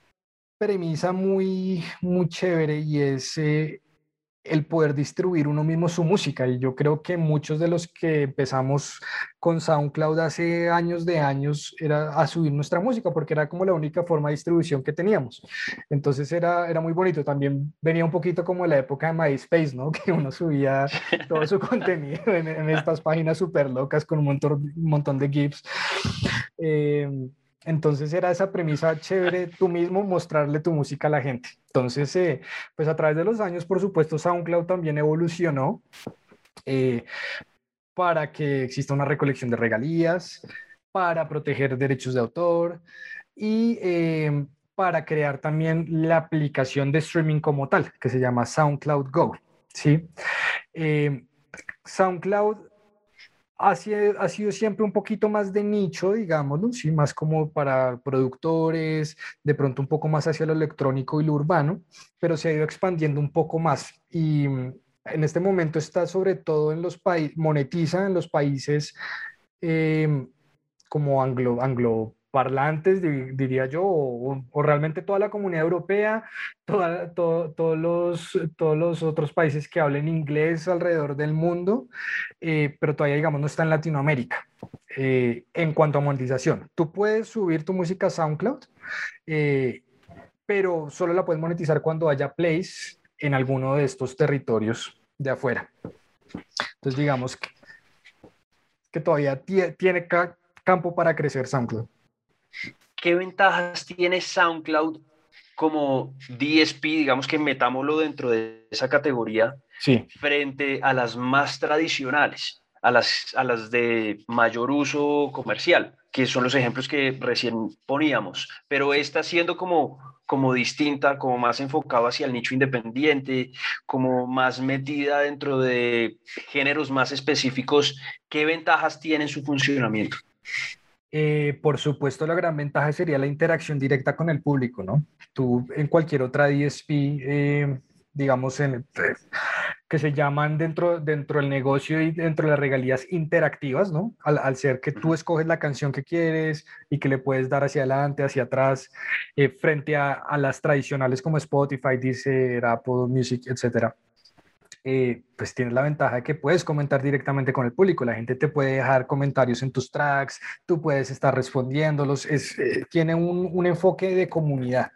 premisa muy, muy chévere y es eh, el poder distribuir uno mismo su música. Y yo creo que muchos de los que empezamos con SoundCloud hace años de años era a subir nuestra música porque era como la única forma de distribución que teníamos. Entonces era, era muy bonito. También venía un poquito como la época de MySpace, ¿no? Que uno subía todo su contenido en, en estas páginas súper locas con un montón, un montón de GIFs. Eh, entonces era esa premisa chévere, tú mismo mostrarle tu música a la gente. Entonces, eh, pues a través de los años, por supuesto, SoundCloud también evolucionó eh, para que exista una recolección de regalías, para proteger derechos de autor y eh, para crear también la aplicación de streaming como tal, que se llama SoundCloud Go. ¿Sí? Eh, SoundCloud ha sido, ha sido siempre un poquito más de nicho, digámoslo, ¿sí? Más como para productores, de pronto un poco más hacia lo electrónico y lo urbano, pero se ha ido expandiendo un poco más. Y mm, en este momento está sobre todo en los países, monetiza en los países eh, como anglo, angloparlantes, di- diría yo, o, o realmente toda la comunidad europea, toda, todo- todos los, todos los otros países que hablen inglés alrededor del mundo, eh, pero todavía, digamos, no está en Latinoamérica. Eh, en cuanto a monetización, tú puedes subir tu música a SoundCloud, eh, pero solo la puedes monetizar cuando haya plays en alguno de estos territorios de afuera. Entonces, digamos que, que todavía tie- tiene ca- campo para crecer SoundCloud. ¿Qué ventajas tiene SoundCloud como D S P, digamos que metámoslo dentro de esa categoría, Sí. frente a las más tradicionales, a las, a las de mayor uso comercial, que son los ejemplos que recién poníamos, pero esta siendo como, como distinta, como más enfocada hacia el nicho independiente, como más metida dentro de géneros más específicos, ¿qué ventajas tiene en su funcionamiento? Eh, por supuesto, la gran ventaja sería la interacción directa con el público, ¿no? Tú en cualquier otra D S P, eh, digamos, en, eh, que se llaman dentro, dentro del negocio y dentro de las regalías interactivas, ¿no? Al, al ser que tú escoges la canción que quieres y que le puedes dar hacia adelante, hacia atrás, eh, frente a, a las tradicionales como Spotify, Deezer, Apple Music, etcétera. Eh, pues tienes la ventaja de que puedes comentar directamente con el público. La gente te puede dejar comentarios en tus tracks, tú puedes estar respondiéndolos. Es, eh, tiene un, un enfoque de comunidad.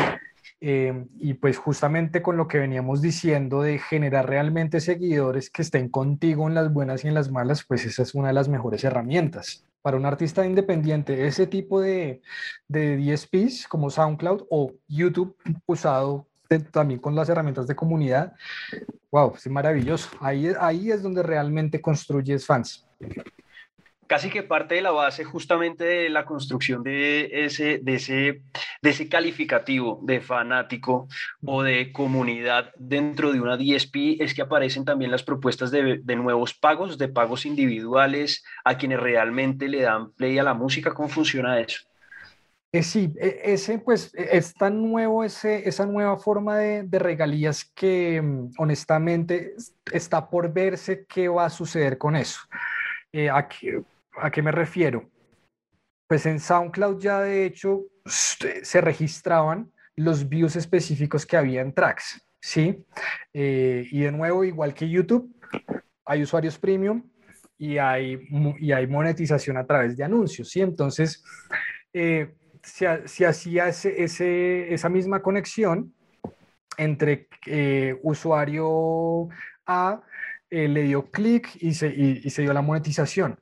Eh, y pues justamente con lo que veníamos diciendo de generar realmente seguidores que estén contigo en las buenas y en las malas, pues esa es una de las mejores herramientas. Para un artista independiente, ese tipo de, de D S Ps como SoundCloud o YouTube usado de, también con las herramientas de comunidad, wow, es maravilloso. Ahí, ahí es donde realmente construyes fans. Casi que parte de la base justamente de la construcción de ese, de ese, de ese calificativo de fanático o de comunidad dentro de una D S P es que aparecen también las propuestas de, de nuevos pagos, de pagos individuales a quienes realmente le dan play a la música. ¿Cómo funciona eso? Eh, sí, e- ese pues e- es tan nuevo ese, esa nueva forma de, de regalías que mm, honestamente es- está por verse qué va a suceder con eso. Eh, ¿a qué, a qué me refiero? Pues en SoundCloud ya de hecho s- se registraban los views específicos que había en tracks, ¿sí? Eh, y de nuevo, igual que YouTube, hay usuarios premium y hay, mu- y hay monetización a través de anuncios, ¿sí? Entonces, eh, se, ha- se hacía ese, ese- esa misma conexión entre eh, usuario A, eh, le dio clic y se, y, y se dio la monetización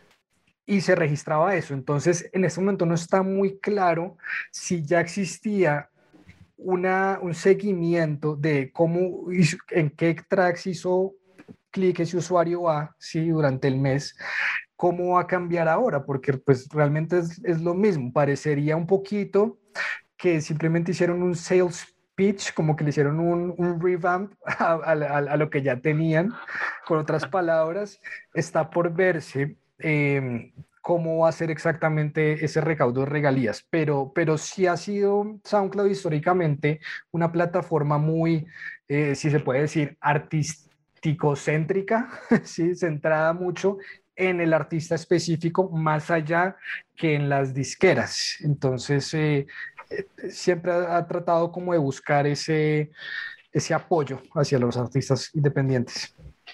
y se registraba eso. Entonces, en este momento no está muy claro si ya existía una, un seguimiento de cómo, hizo- en qué tracks hizo clic ese usuario A, sí, durante el mes, cómo va a cambiar ahora, porque pues realmente es, es lo mismo. Parecería un poquito que simplemente hicieron un sales pitch, como que le hicieron un, un revamp a, a, a, a, lo que ya tenían. Con otras palabras, está por verse eh, cómo va a ser exactamente ese recaudo de regalías, pero, pero sí ha sido SoundCloud históricamente una plataforma muy, eh, si se puede decir, artística artístico-céntrica, ¿sí? Centrada mucho en el artista específico, más allá que en las disqueras. Entonces, eh, eh, siempre ha, ha tratado como de buscar ese, ese apoyo hacia los artistas independientes.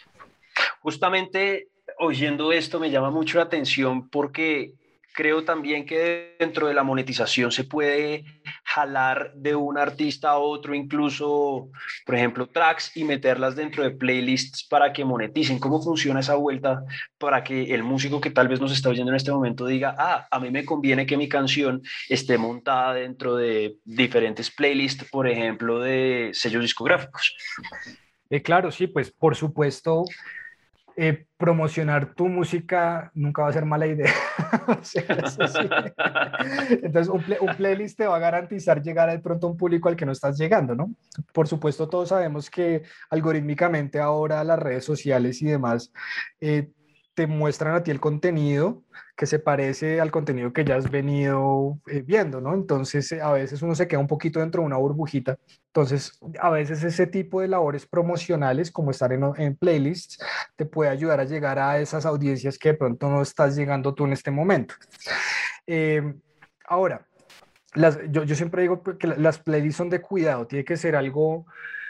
Justamente oyendo esto me llama mucho la atención porque creo también que dentro de la monetización se puede jalar de un artista a otro, incluso, por ejemplo, tracks y meterlas dentro de playlists para que moneticen. ¿Cómo funciona esa vuelta para que el músico que tal vez nos está oyendo en este momento diga, ah, a mí me conviene que mi canción esté montada dentro de diferentes playlists, por ejemplo, de sellos discográficos? Eh, claro, sí, pues por supuesto, eh, promocionar tu música nunca va a ser mala idea. O sea, eso sí. Entonces, un, play, un, playlist te va a garantizar llegar de pronto a un público al que no estás llegando, ¿no? Por supuesto, todos sabemos que algorítmicamente ahora las redes sociales y demás eh, te muestran a ti el contenido que se parece al contenido que ya has venido eh, viendo, ¿no? Entonces, eh, a veces uno se queda un poquito dentro de una burbujita. Entonces, a veces ese tipo de labores promocionales, como estar en, en playlists, te puede ayudar a llegar a esas audiencias que de pronto no estás llegando tú en este momento. Eh, ahora, las, yo, yo siempre digo que las playlists son de cuidado, tiene que ser algo,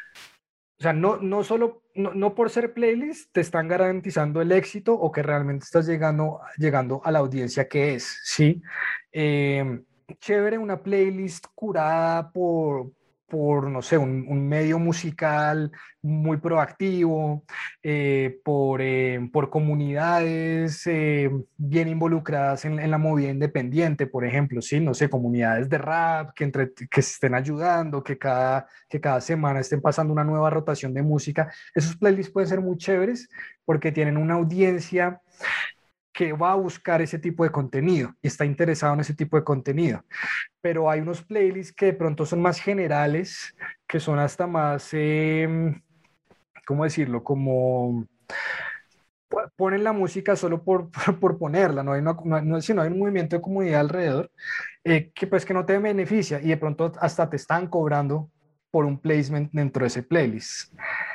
o sea, no, no solo, no, no por ser playlist te están garantizando el éxito o que realmente estás llegando, llegando a la audiencia que es, ¿sí? Eh, chévere una playlist curada por, por no sé, un, un medio musical muy proactivo, eh, por, eh, por comunidades eh, bien involucradas en, en la movida independiente, por ejemplo, ¿sí? No sé, comunidades de rap que, entre, que se estén ayudando, que cada, que cada semana estén pasando una nueva rotación de música. Esos playlists pueden ser muy chéveres porque tienen una audiencia que va a buscar ese tipo de contenido y está interesado en ese tipo de contenido. Pero hay unos playlists que de pronto son más generales, que son hasta más, eh, ¿cómo decirlo? Como ponen la música solo por, por, por ponerla, no hay, una, no, no, sino hay un movimiento de comunidad alrededor eh, que pues que no te beneficia y de pronto hasta te están cobrando por un placement dentro de ese playlist.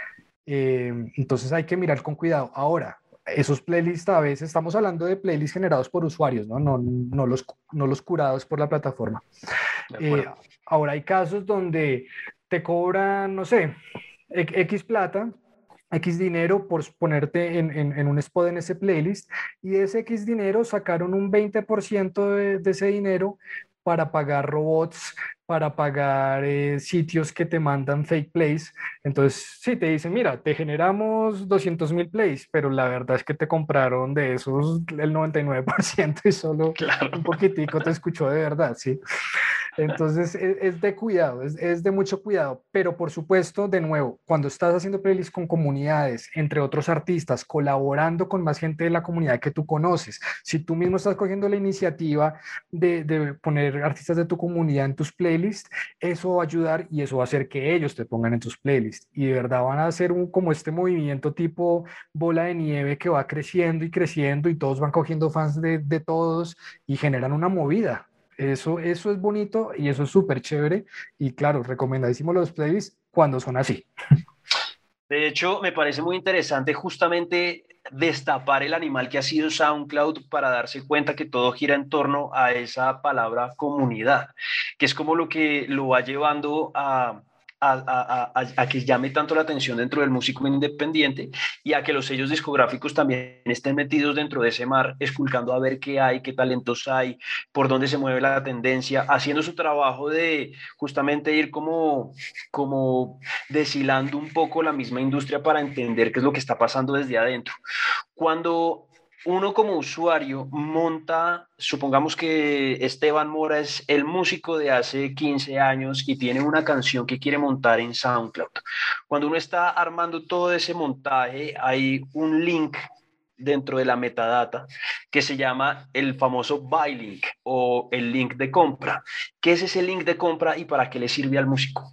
Eh, entonces hay que mirar con cuidado. Ahora, esos playlists a veces estamos hablando de playlists generados por usuarios, no, no, no, los, no los curados por la plataforma. De Eh, acuerdo. ahora hay casos donde te cobran, no sé, X plata, X dinero por ponerte en, en, en un spot en ese playlist y de ese X dinero sacaron un veinte por ciento de, de ese dinero para pagar robots, para pagar eh, sitios que te mandan fake plays. Entonces, sí, te dicen, mira, te generamos doscientos mil plays, pero la verdad es que te compraron de esos el noventa y nueve por ciento y solo Claro. un poquitico te escuchó de verdad, ¿sí? Entonces es, es de cuidado, es, es, de mucho cuidado, pero por supuesto, de nuevo, cuando estás haciendo playlists con comunidades, entre otros artistas, colaborando con más gente de la comunidad que tú conoces, si tú mismo estás cogiendo la iniciativa de, de poner artistas de tu comunidad en tus playlists, eso va a ayudar y eso va a hacer que ellos te pongan en tus playlists y de verdad van a hacer un, como este movimiento tipo bola de nieve que va creciendo y creciendo y todos van cogiendo fans de, de todos y generan una movida. Eso, eso es bonito y eso es súper chévere. Y claro, recomendadísimo los playlists cuando son así. De hecho, me parece muy interesante justamente destapar el animal que ha sido SoundCloud para darse cuenta que todo gira en torno a esa palabra comunidad, que es como lo que lo va llevando a, a, a, a, a que llame tanto la atención dentro del músico independiente y a que los sellos discográficos también estén metidos dentro de ese mar, esculcando a ver qué hay, qué talentos hay, por dónde se mueve la tendencia, haciendo su trabajo de justamente ir como, como deshilando un poco la misma industria para entender qué es lo que está pasando desde adentro. Cuando uno como usuario monta, supongamos que Esteban Mora es el músico de hace quince años y tiene una canción que quiere montar en SoundCloud. Cuando uno está armando todo ese montaje, hay un link dentro de la metadata que se llama el famoso buy link o el link de compra. ¿Qué es ese link de compra y para qué le sirve al músico?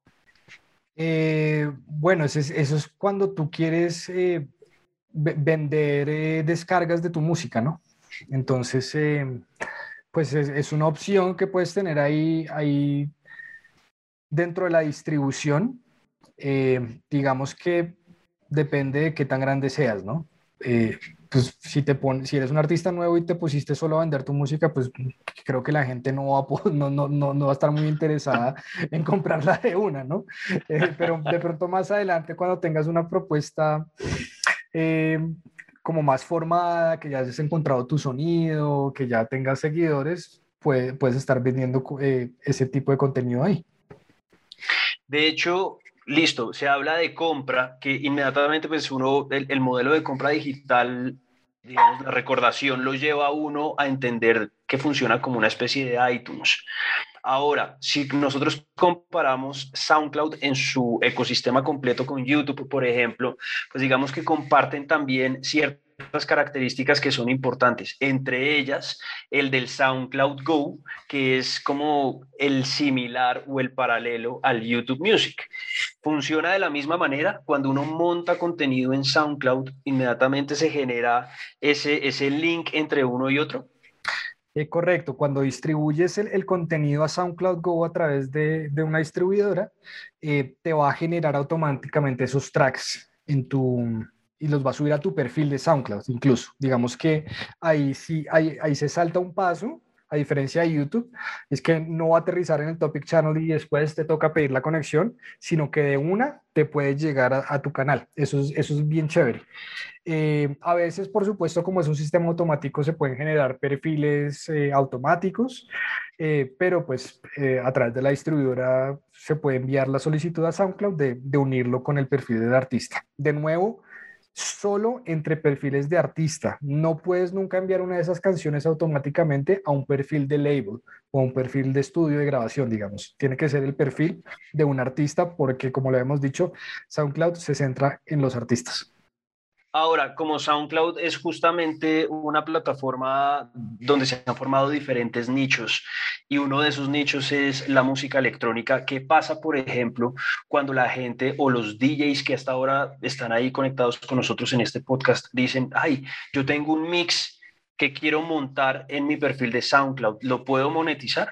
Eh, bueno, eso es, eso es cuando tú quieres eh, vender eh, descargas de tu música, ¿no? Entonces, eh, pues es, es, una opción que puedes tener ahí, ahí dentro de la distribución. Eh, digamos que depende de qué tan grande seas, ¿no? Eh, pues si, te pon, si eres un artista nuevo y te pusiste solo a vender tu música, pues creo que la gente no va a, no, no, no, no va a estar muy interesada en comprarla de una, ¿no? Eh, pero de pronto más adelante, cuando tengas una propuesta eh, como más formada, que ya hayas encontrado tu sonido, que ya tengas seguidores, puede, puedes estar vendiendo eh, ese tipo de contenido ahí. De hecho, listo, se habla de compra, que inmediatamente pues uno, el, el modelo de compra digital, digamos, la recordación lo lleva a uno a entender que funciona como una especie de iTunes. Ahora, si nosotros comparamos SoundCloud en su ecosistema completo con YouTube, por ejemplo, pues digamos que comparten también ciertas características que son importantes, entre ellas el del SoundCloud Go, que es como el similar o el paralelo al YouTube Music. Funciona de la misma manera. Cuando uno monta contenido en SoundCloud, inmediatamente se genera ese, ese link entre uno y otro. Eh, correcto, cuando distribuyes el, el, contenido a SoundCloud Go a través de, de una distribuidora, eh, te va a generar automáticamente esos tracks en tu, y los va a subir a tu perfil de SoundCloud incluso. Digamos que ahí sí, ahí, ahí se salta un paso, a diferencia de YouTube, es que no va a aterrizar en el Topic Channel y después te toca pedir la conexión, sino que de una te puede llegar a, a tu canal. Eso es, eso es bien chévere. Eh, a veces, por supuesto, como es un sistema automático, se pueden generar perfiles eh, automáticos, eh, pero pues eh, a través de la distribuidora se puede enviar la solicitud a SoundCloud de, de unirlo con el perfil del artista. De nuevo, solo entre perfiles de artista. No puedes nunca enviar una de esas canciones automáticamente a un perfil de label o a un perfil de estudio de grabación, digamos. Tiene que ser el perfil de un artista porque, como lo hemos dicho, SoundCloud se centra en los artistas. Ahora, como SoundCloud es justamente una plataforma donde se han formado diferentes nichos y uno de esos nichos es la música electrónica, ¿qué pasa, por ejemplo, cuando la gente o los D Js que hasta ahora están ahí conectados con nosotros en este podcast dicen, ay, yo tengo un mix que quiero montar en mi perfil de SoundCloud, ¿lo puedo monetizar?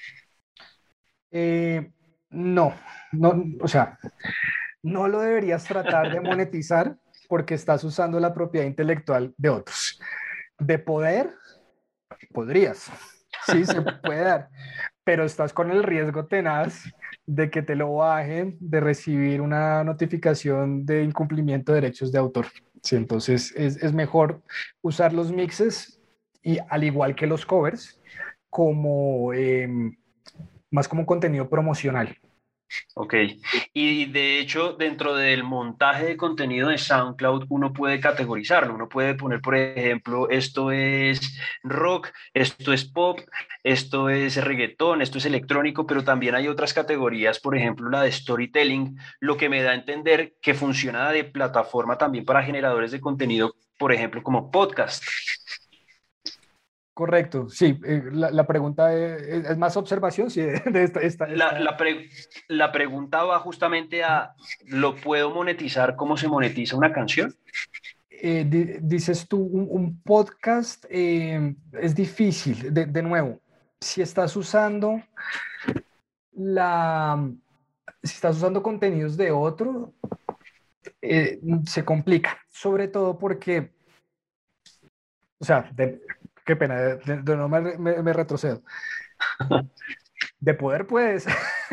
Eh, no, no, o sea, no lo deberías tratar de monetizar porque estás usando la propiedad intelectual de otros. De poder, podrías, sí, se puede dar, pero estás con el riesgo tenaz de que te lo bajen, de recibir una notificación de incumplimiento de derechos de autor. Sí, entonces es, es mejor usar los mixes y al igual que los covers, como eh, más como contenido promocional. Ok, y de hecho dentro del montaje de contenido de SoundCloud uno puede categorizarlo, uno puede poner por ejemplo esto es rock, esto es pop, esto es reggaetón, esto es electrónico, pero también hay otras categorías, por ejemplo la de storytelling, lo que me da a entender que funciona de plataforma también para generadores de contenido, por ejemplo como podcast. Correcto, sí, eh, la, la, pregunta es, es, más observación, sí, de esta, esta, esta. La, la, pre, la pregunta va justamente a, ¿lo puedo monetizar como se monetiza una canción? Eh, di, dices tú, un, un podcast eh, es difícil, de, de nuevo, si estás usando la, si estás usando contenidos de otro, eh, se complica, sobre todo porque, o sea, de, qué pena, de, de, de no me, me, me retrocedo. De poder puedes.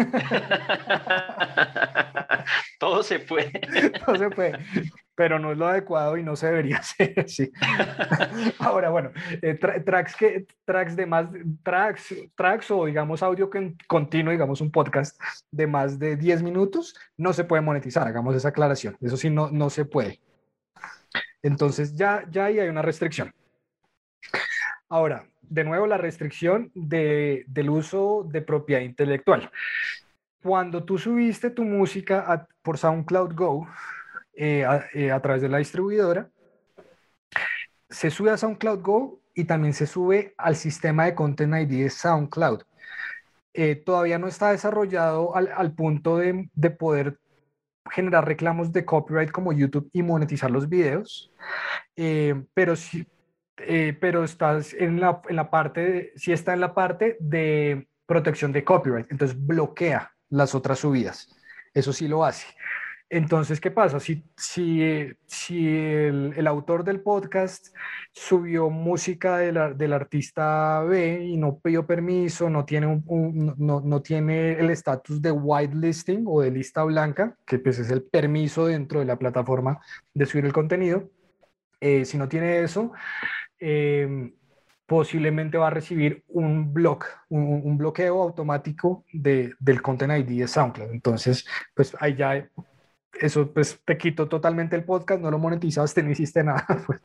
Todo se puede. Todo se puede, pero no es lo adecuado y no se debería hacer. Sí. Ahora, bueno, eh, tra tracks, que, tracks de más, tracks, tracks o digamos audio que continuo, digamos un podcast de más de diez minutos, no se puede monetizar, hagamos esa aclaración. Eso sí, no, no se puede. Entonces ya, ya ahí hay una restricción. Ahora, de nuevo, la restricción de, del uso de propiedad intelectual. Cuando tú subiste tu música a, por SoundCloud Go, eh, a, eh, a través de la distribuidora, se sube a SoundCloud Go y también se sube al sistema de Content I D de SoundCloud. Eh, todavía no está desarrollado al, al punto de, de poder generar reclamos de copyright como YouTube y monetizar los videos, eh, pero sí, eh, pero estás en la, en la parte, de, sí está en la parte de protección de copyright, entonces bloquea las otras subidas, eso sí lo hace. Entonces, ¿qué pasa? Si, si, eh, si el, el autor del podcast subió música del, ar- del artista B y no pidió permiso, no tiene, un, un- no, no tiene el estatus de whitelisting o de lista blanca, que pues es el permiso dentro de la plataforma de subir el contenido, eh, si no tiene eso, eh, posiblemente va a recibir un block, un, un bloqueo automático de, del Content I D de SoundCloud. Entonces, pues ahí ya eso pues te quitó totalmente el podcast, no lo monetizaste, no hiciste nada. Pues.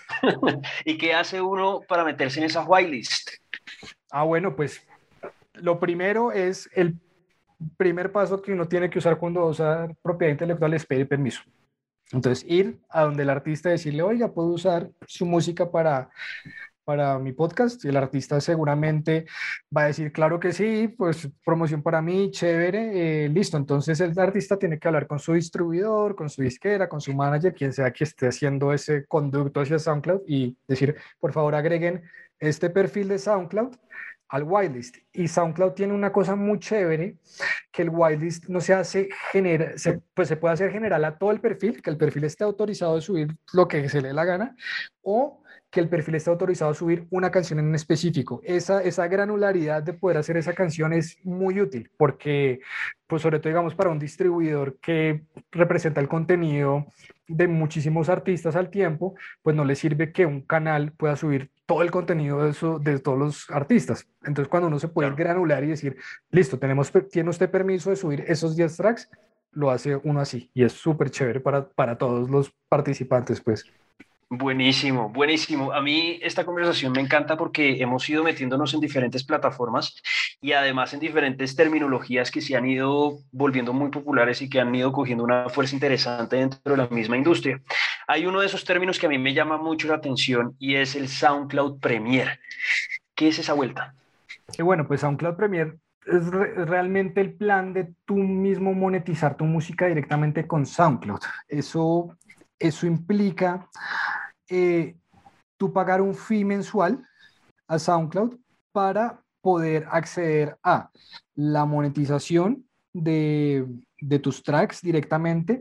¿Y qué hace uno para meterse en esa whitelist? Ah, bueno, pues lo primero es el primer paso que uno tiene que usar cuando usa propiedad intelectual es pedir permiso. Entonces, ir a donde el artista y decirle, oiga, puedo usar su música para para mi podcast y el artista seguramente va a decir, claro que sí, pues promoción para mí, chévere, eh, listo. Entonces el artista tiene que hablar con su distribuidor, con su disquera, con su manager, quien sea que esté haciendo ese conducto hacia SoundCloud y decir, por favor agreguen este perfil de SoundCloud al whitelist. Y SoundCloud tiene una cosa muy chévere, que el whitelist no se hace genera, se, pues se puede hacer general a todo el perfil, que el perfil esté autorizado de subir lo que se le dé la gana, o que el perfil esté autorizado a subir una canción en específico. Esa, esa granularidad de poder hacer esa canción es muy útil porque, pues sobre todo, digamos, para un distribuidor que representa el contenido de muchísimos artistas al tiempo, pues no le sirve que un canal pueda subir todo el contenido de, eso, de todos los artistas. Entonces, cuando uno se puede ir Claro. granular y decir, listo, tenemos, tiene usted permiso de subir esos diez tracks, lo hace uno así y es súper chévere para, para todos los participantes, pues. Buenísimo, buenísimo. A mí esta conversación me encanta porque hemos ido metiéndonos en diferentes plataformas y además en diferentes terminologías que se han ido volviendo muy populares y que han ido cogiendo una fuerza interesante dentro de la misma industria. Hay uno de esos términos que a mí me llama mucho la atención y es el SoundCloud Premier. ¿Qué es esa vuelta? Y bueno, pues SoundCloud Premier es re realmente el plan de tú mismo monetizar tu música directamente con SoundCloud. Eso, eso implica eh, tú pagar un fee mensual a SoundCloud para poder acceder a la monetización de, de tus tracks directamente,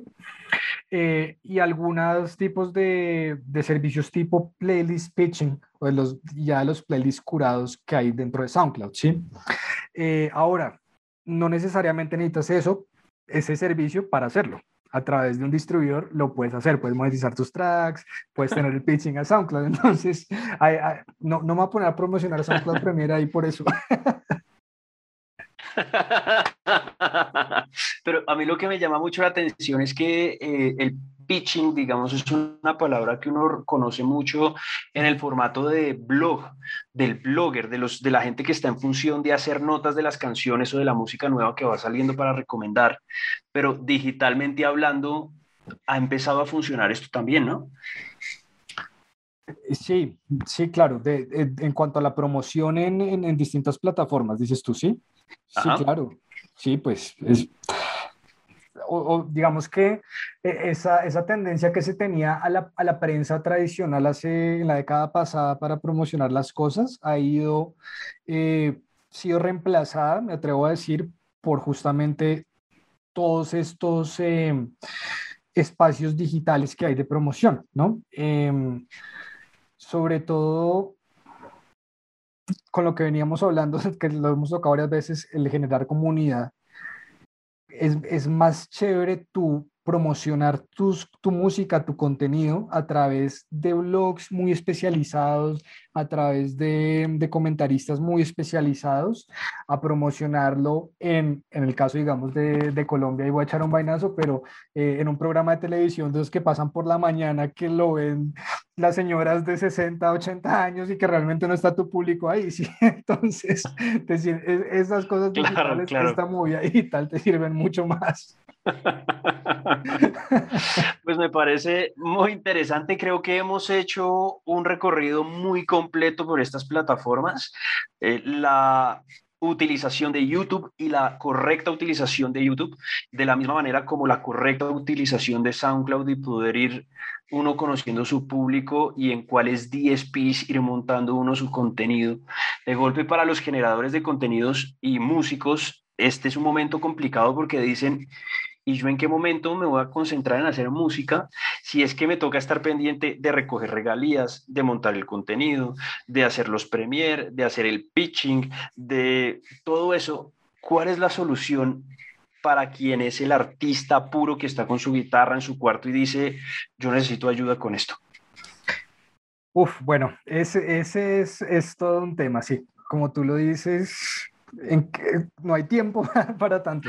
eh, y algunos tipos de, de, servicios tipo playlist pitching o de los, ya los playlists curados que hay dentro de SoundCloud, ¿sí? Eh, ahora, no necesariamente necesitas eso, ese servicio para hacerlo. A través de un distribuidor lo puedes hacer, puedes monetizar tus tracks, puedes tener el pitching a SoundCloud. Entonces, hay, hay, no, no me voy a poner a promocionar SoundCloud Premier ahí por eso. Pero a mí lo que me llama mucho la atención es que eh, el pitching, digamos, es una palabra que uno conoce mucho en el formato de blog, del blogger, de, los, de la gente que está en función de hacer notas de las canciones o de la música nueva que va saliendo para recomendar. Pero digitalmente hablando, ha empezado a funcionar esto también, ¿no? Sí, sí, claro. De, de, en cuanto a la promoción en, en, en distintas plataformas, dices tú, ¿sí? Sí, Ajá. claro. Sí, pues es, o, o digamos que esa, esa tendencia que se tenía a la, a la prensa tradicional hace, en la década pasada para promocionar las cosas ha ido, eh, sido reemplazada, me atrevo a decir, por justamente todos estos eh, espacios digitales que hay de promoción, ¿no? Eh, sobre todo con lo que veníamos hablando, que lo hemos tocado varias veces, el generar comunidad. Es, es más chévere tú promocionar tus, tu música, tu contenido a través de blogs muy especializados, a través de, de comentaristas muy especializados, a promocionarlo en, en el caso, digamos, de, de Colombia, y voy a echar un vainazo, pero eh, en un programa de televisión de los que pasan por la mañana, que lo ven las señoras de sesenta, ochenta años y que realmente no está tu público ahí, ¿sí? Entonces, decir, esas cosas Claro, digitales, claro. esta movida digital te sirven mucho más. Pues me parece muy interesante. Creo que hemos hecho un recorrido muy completo por estas plataformas. Eh, la utilización de YouTube y la correcta utilización de YouTube, de la misma manera como la correcta utilización de SoundCloud y poder ir uno conociendo su público y en cuáles D S Ps ir montando uno su contenido. De golpe para los generadores de contenidos y músicos, este es un momento complicado porque dicen, y yo en qué momento me voy a concentrar en hacer música, si es que me toca estar pendiente de recoger regalías, de montar el contenido, de hacer los premier, de hacer el pitching, de todo eso. ¿Cuál es la solución para quien es el artista puro que está con su guitarra en su cuarto y dice, yo necesito ayuda con esto? Uf, bueno, ese, ese es, es todo un tema, sí. Como tú lo dices, en que no hay tiempo para tanto.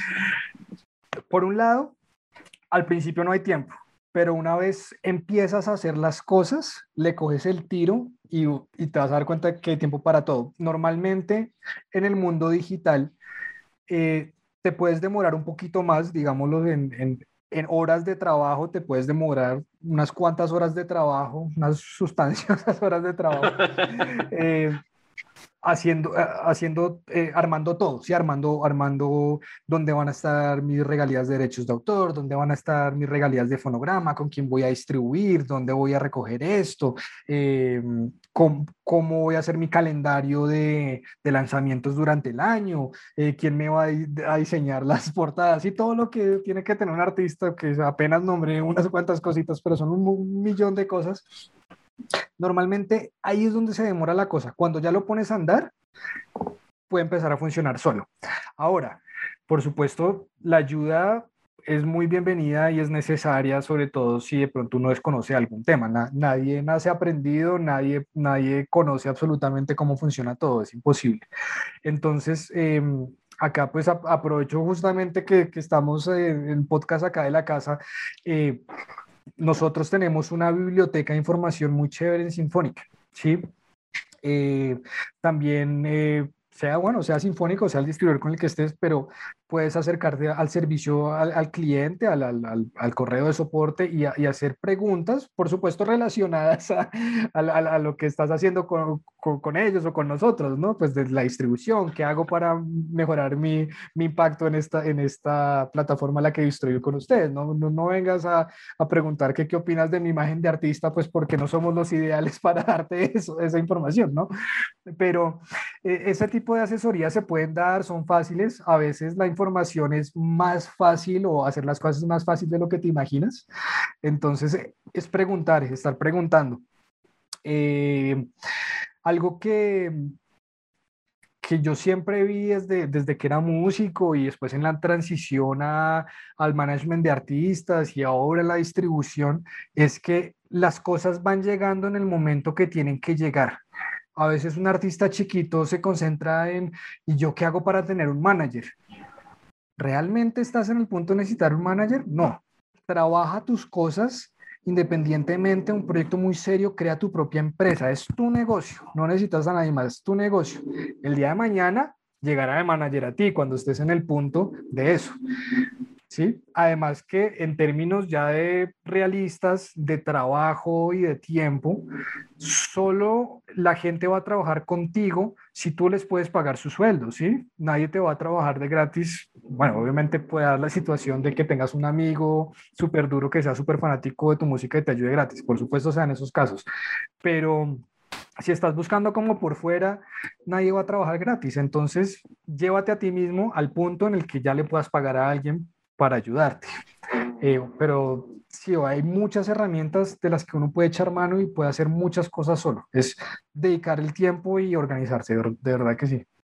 Por un lado, al principio no hay tiempo, pero una vez empiezas a hacer las cosas, le coges el tiro y, y te vas a dar cuenta que hay tiempo para todo. Normalmente en el mundo digital eh, te puedes demorar un poquito más, digámoslo, en, en, en horas de trabajo, te puedes demorar unas cuantas horas de trabajo, unas sustanciosas horas de trabajo. Eh, haciendo, eh, haciendo eh, armando todo, ¿sí? Armando, armando dónde van a estar mis regalías de derechos de autor, dónde van a estar mis regalías de fonograma, con quién voy a distribuir, dónde voy a recoger esto, eh, cómo, cómo voy a hacer mi calendario de, de lanzamientos durante el año, eh, quién me va a, a diseñar las portadas y todo lo que tiene que tener un artista, que apenas nombré unas cuantas cositas, pero son un, un millón de cosas. Normalmente ahí es donde se demora la cosa. Cuando ya lo pones a andar, puede empezar a funcionar solo. Ahora, por supuesto, la ayuda es muy bienvenida y es necesaria, sobre todo si de pronto uno desconoce algún tema. Na- nadie nace aprendido, nadie, nadie conoce absolutamente cómo funciona todo, es imposible. Entonces, eh, acá pues a- aprovecho justamente que, que estamos en, en podcast acá de la casa. eh, Nosotros tenemos una biblioteca de información muy chévere en Sinfónica, ¿sí? Eh, también, eh, sea bueno, sea Sinfónico, sea el distribuidor con el que estés, pero puedes acercarte al servicio al, al cliente, al, al, al, al correo de soporte y, a, y, hacer preguntas, por supuesto, relacionadas a, a, a lo que estás haciendo con, con, con, ellos o con nosotros, ¿no? Pues de la distribución, ¿qué hago para mejorar mi, mi impacto en esta, en esta plataforma a la que distribuyo con ustedes? No, no, no vengas a, a preguntar que, qué opinas de mi imagen de artista, pues porque no somos los ideales para darte eso, esa información, ¿no? Pero eh, ese tipo de asesorías se pueden dar, son fáciles. A veces la información es más fácil o hacer las cosas más fácil de lo que te imaginas. Entonces, eh, es preguntar, es estar preguntando. Eh, algo que, que yo siempre vi desde, desde que era músico y después en la transición a, al management de artistas y ahora en la distribución, es que las cosas van llegando en el momento que tienen que llegar. A veces un artista chiquito se concentra en, ¿y yo qué hago para tener un manager? ¿Realmente estás en el punto de necesitar un manager? No. Trabaja tus cosas independientemente, un proyecto muy serio, crea tu propia empresa, es tu negocio, no necesitas a nadie más, es tu negocio. El día de mañana llegará el manager a ti cuando estés en el punto de eso. ¿Sí? Además que en términos ya de realistas, de trabajo y de tiempo, solo la gente va a trabajar contigo si tú les puedes pagar su sueldo, ¿sí? Nadie te va a trabajar de gratis. Bueno, obviamente puede dar la situación de que tengas un amigo súper duro que sea súper fanático de tu música y te ayude gratis. Por supuesto, sean esos casos. Pero si estás buscando como por fuera, nadie va a trabajar gratis. Entonces, llévate a ti mismo al punto en el que ya le puedas pagar a alguien para ayudarte. Eh, pero sí, hay muchas herramientas de las que uno puede echar mano y puede hacer muchas cosas solo. Es dedicar el tiempo y organizarse, de, de verdad que sí.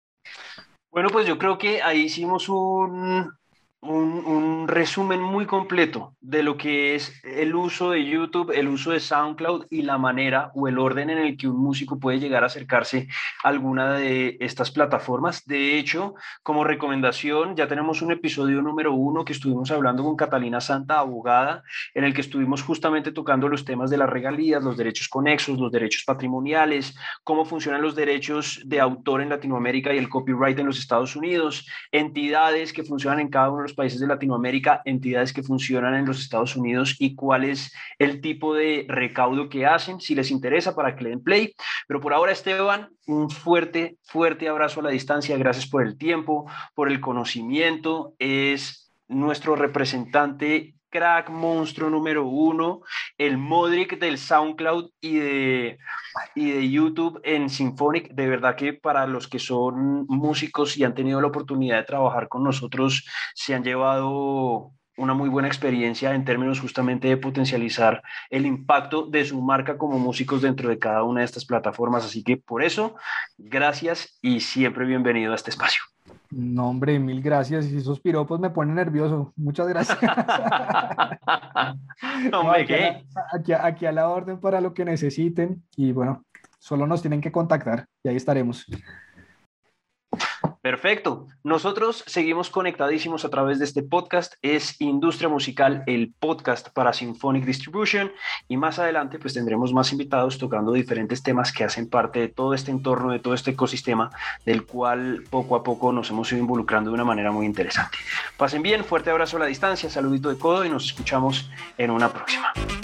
Bueno, pues yo creo que ahí hicimos un, un, un resumen muy completo de lo que es el uso de YouTube, el uso de SoundCloud y la manera o el orden en el que un músico puede llegar a acercarse a alguna de estas plataformas. De hecho, como recomendación, ya tenemos un episodio número uno que estuvimos hablando con Catalina Santa, abogada, en el que estuvimos justamente tocando los temas de las regalías, los derechos conexos, los derechos patrimoniales, cómo funcionan los derechos de autor en Latinoamérica y el copyright en los Estados Unidos, entidades que funcionan en cada uno de los países de Latinoamérica, entidades que funcionan en los Estados Unidos y cuál es el tipo de recaudo que hacen, si les interesa, para que le den play. Pero por ahora, Esteban, un fuerte, fuerte abrazo a la distancia. Gracias por el tiempo, por el conocimiento. Es nuestro representante crack, monstruo número uno, el Modric del SoundCloud y de, y de YouTube en Symphonic. De verdad que para los que son músicos y han tenido la oportunidad de trabajar con nosotros, se han llevado una muy buena experiencia en términos justamente de potencializar el impacto de su marca como músicos dentro de cada una de estas plataformas. Así que por eso, gracias y siempre bienvenido a este espacio. No, hombre, mil gracias. Y esos piropos me ponen nervioso. Muchas gracias. No, No, hombre, aquí, a la, ¿qué? aquí, aquí a la orden para lo que necesiten. Y bueno, solo nos tienen que contactar y ahí estaremos. Perfecto. Nosotros seguimos conectadísimos a través de este podcast. Es Industria Musical, el podcast para Symphonic Distribution. Y más adelante, pues tendremos más invitados tocando diferentes temas que hacen parte de todo este entorno, de todo este ecosistema, del cual poco a poco nos hemos ido involucrando de una manera muy interesante. Pasen bien, fuerte abrazo a la distancia, saludito de codo y nos escuchamos en una próxima.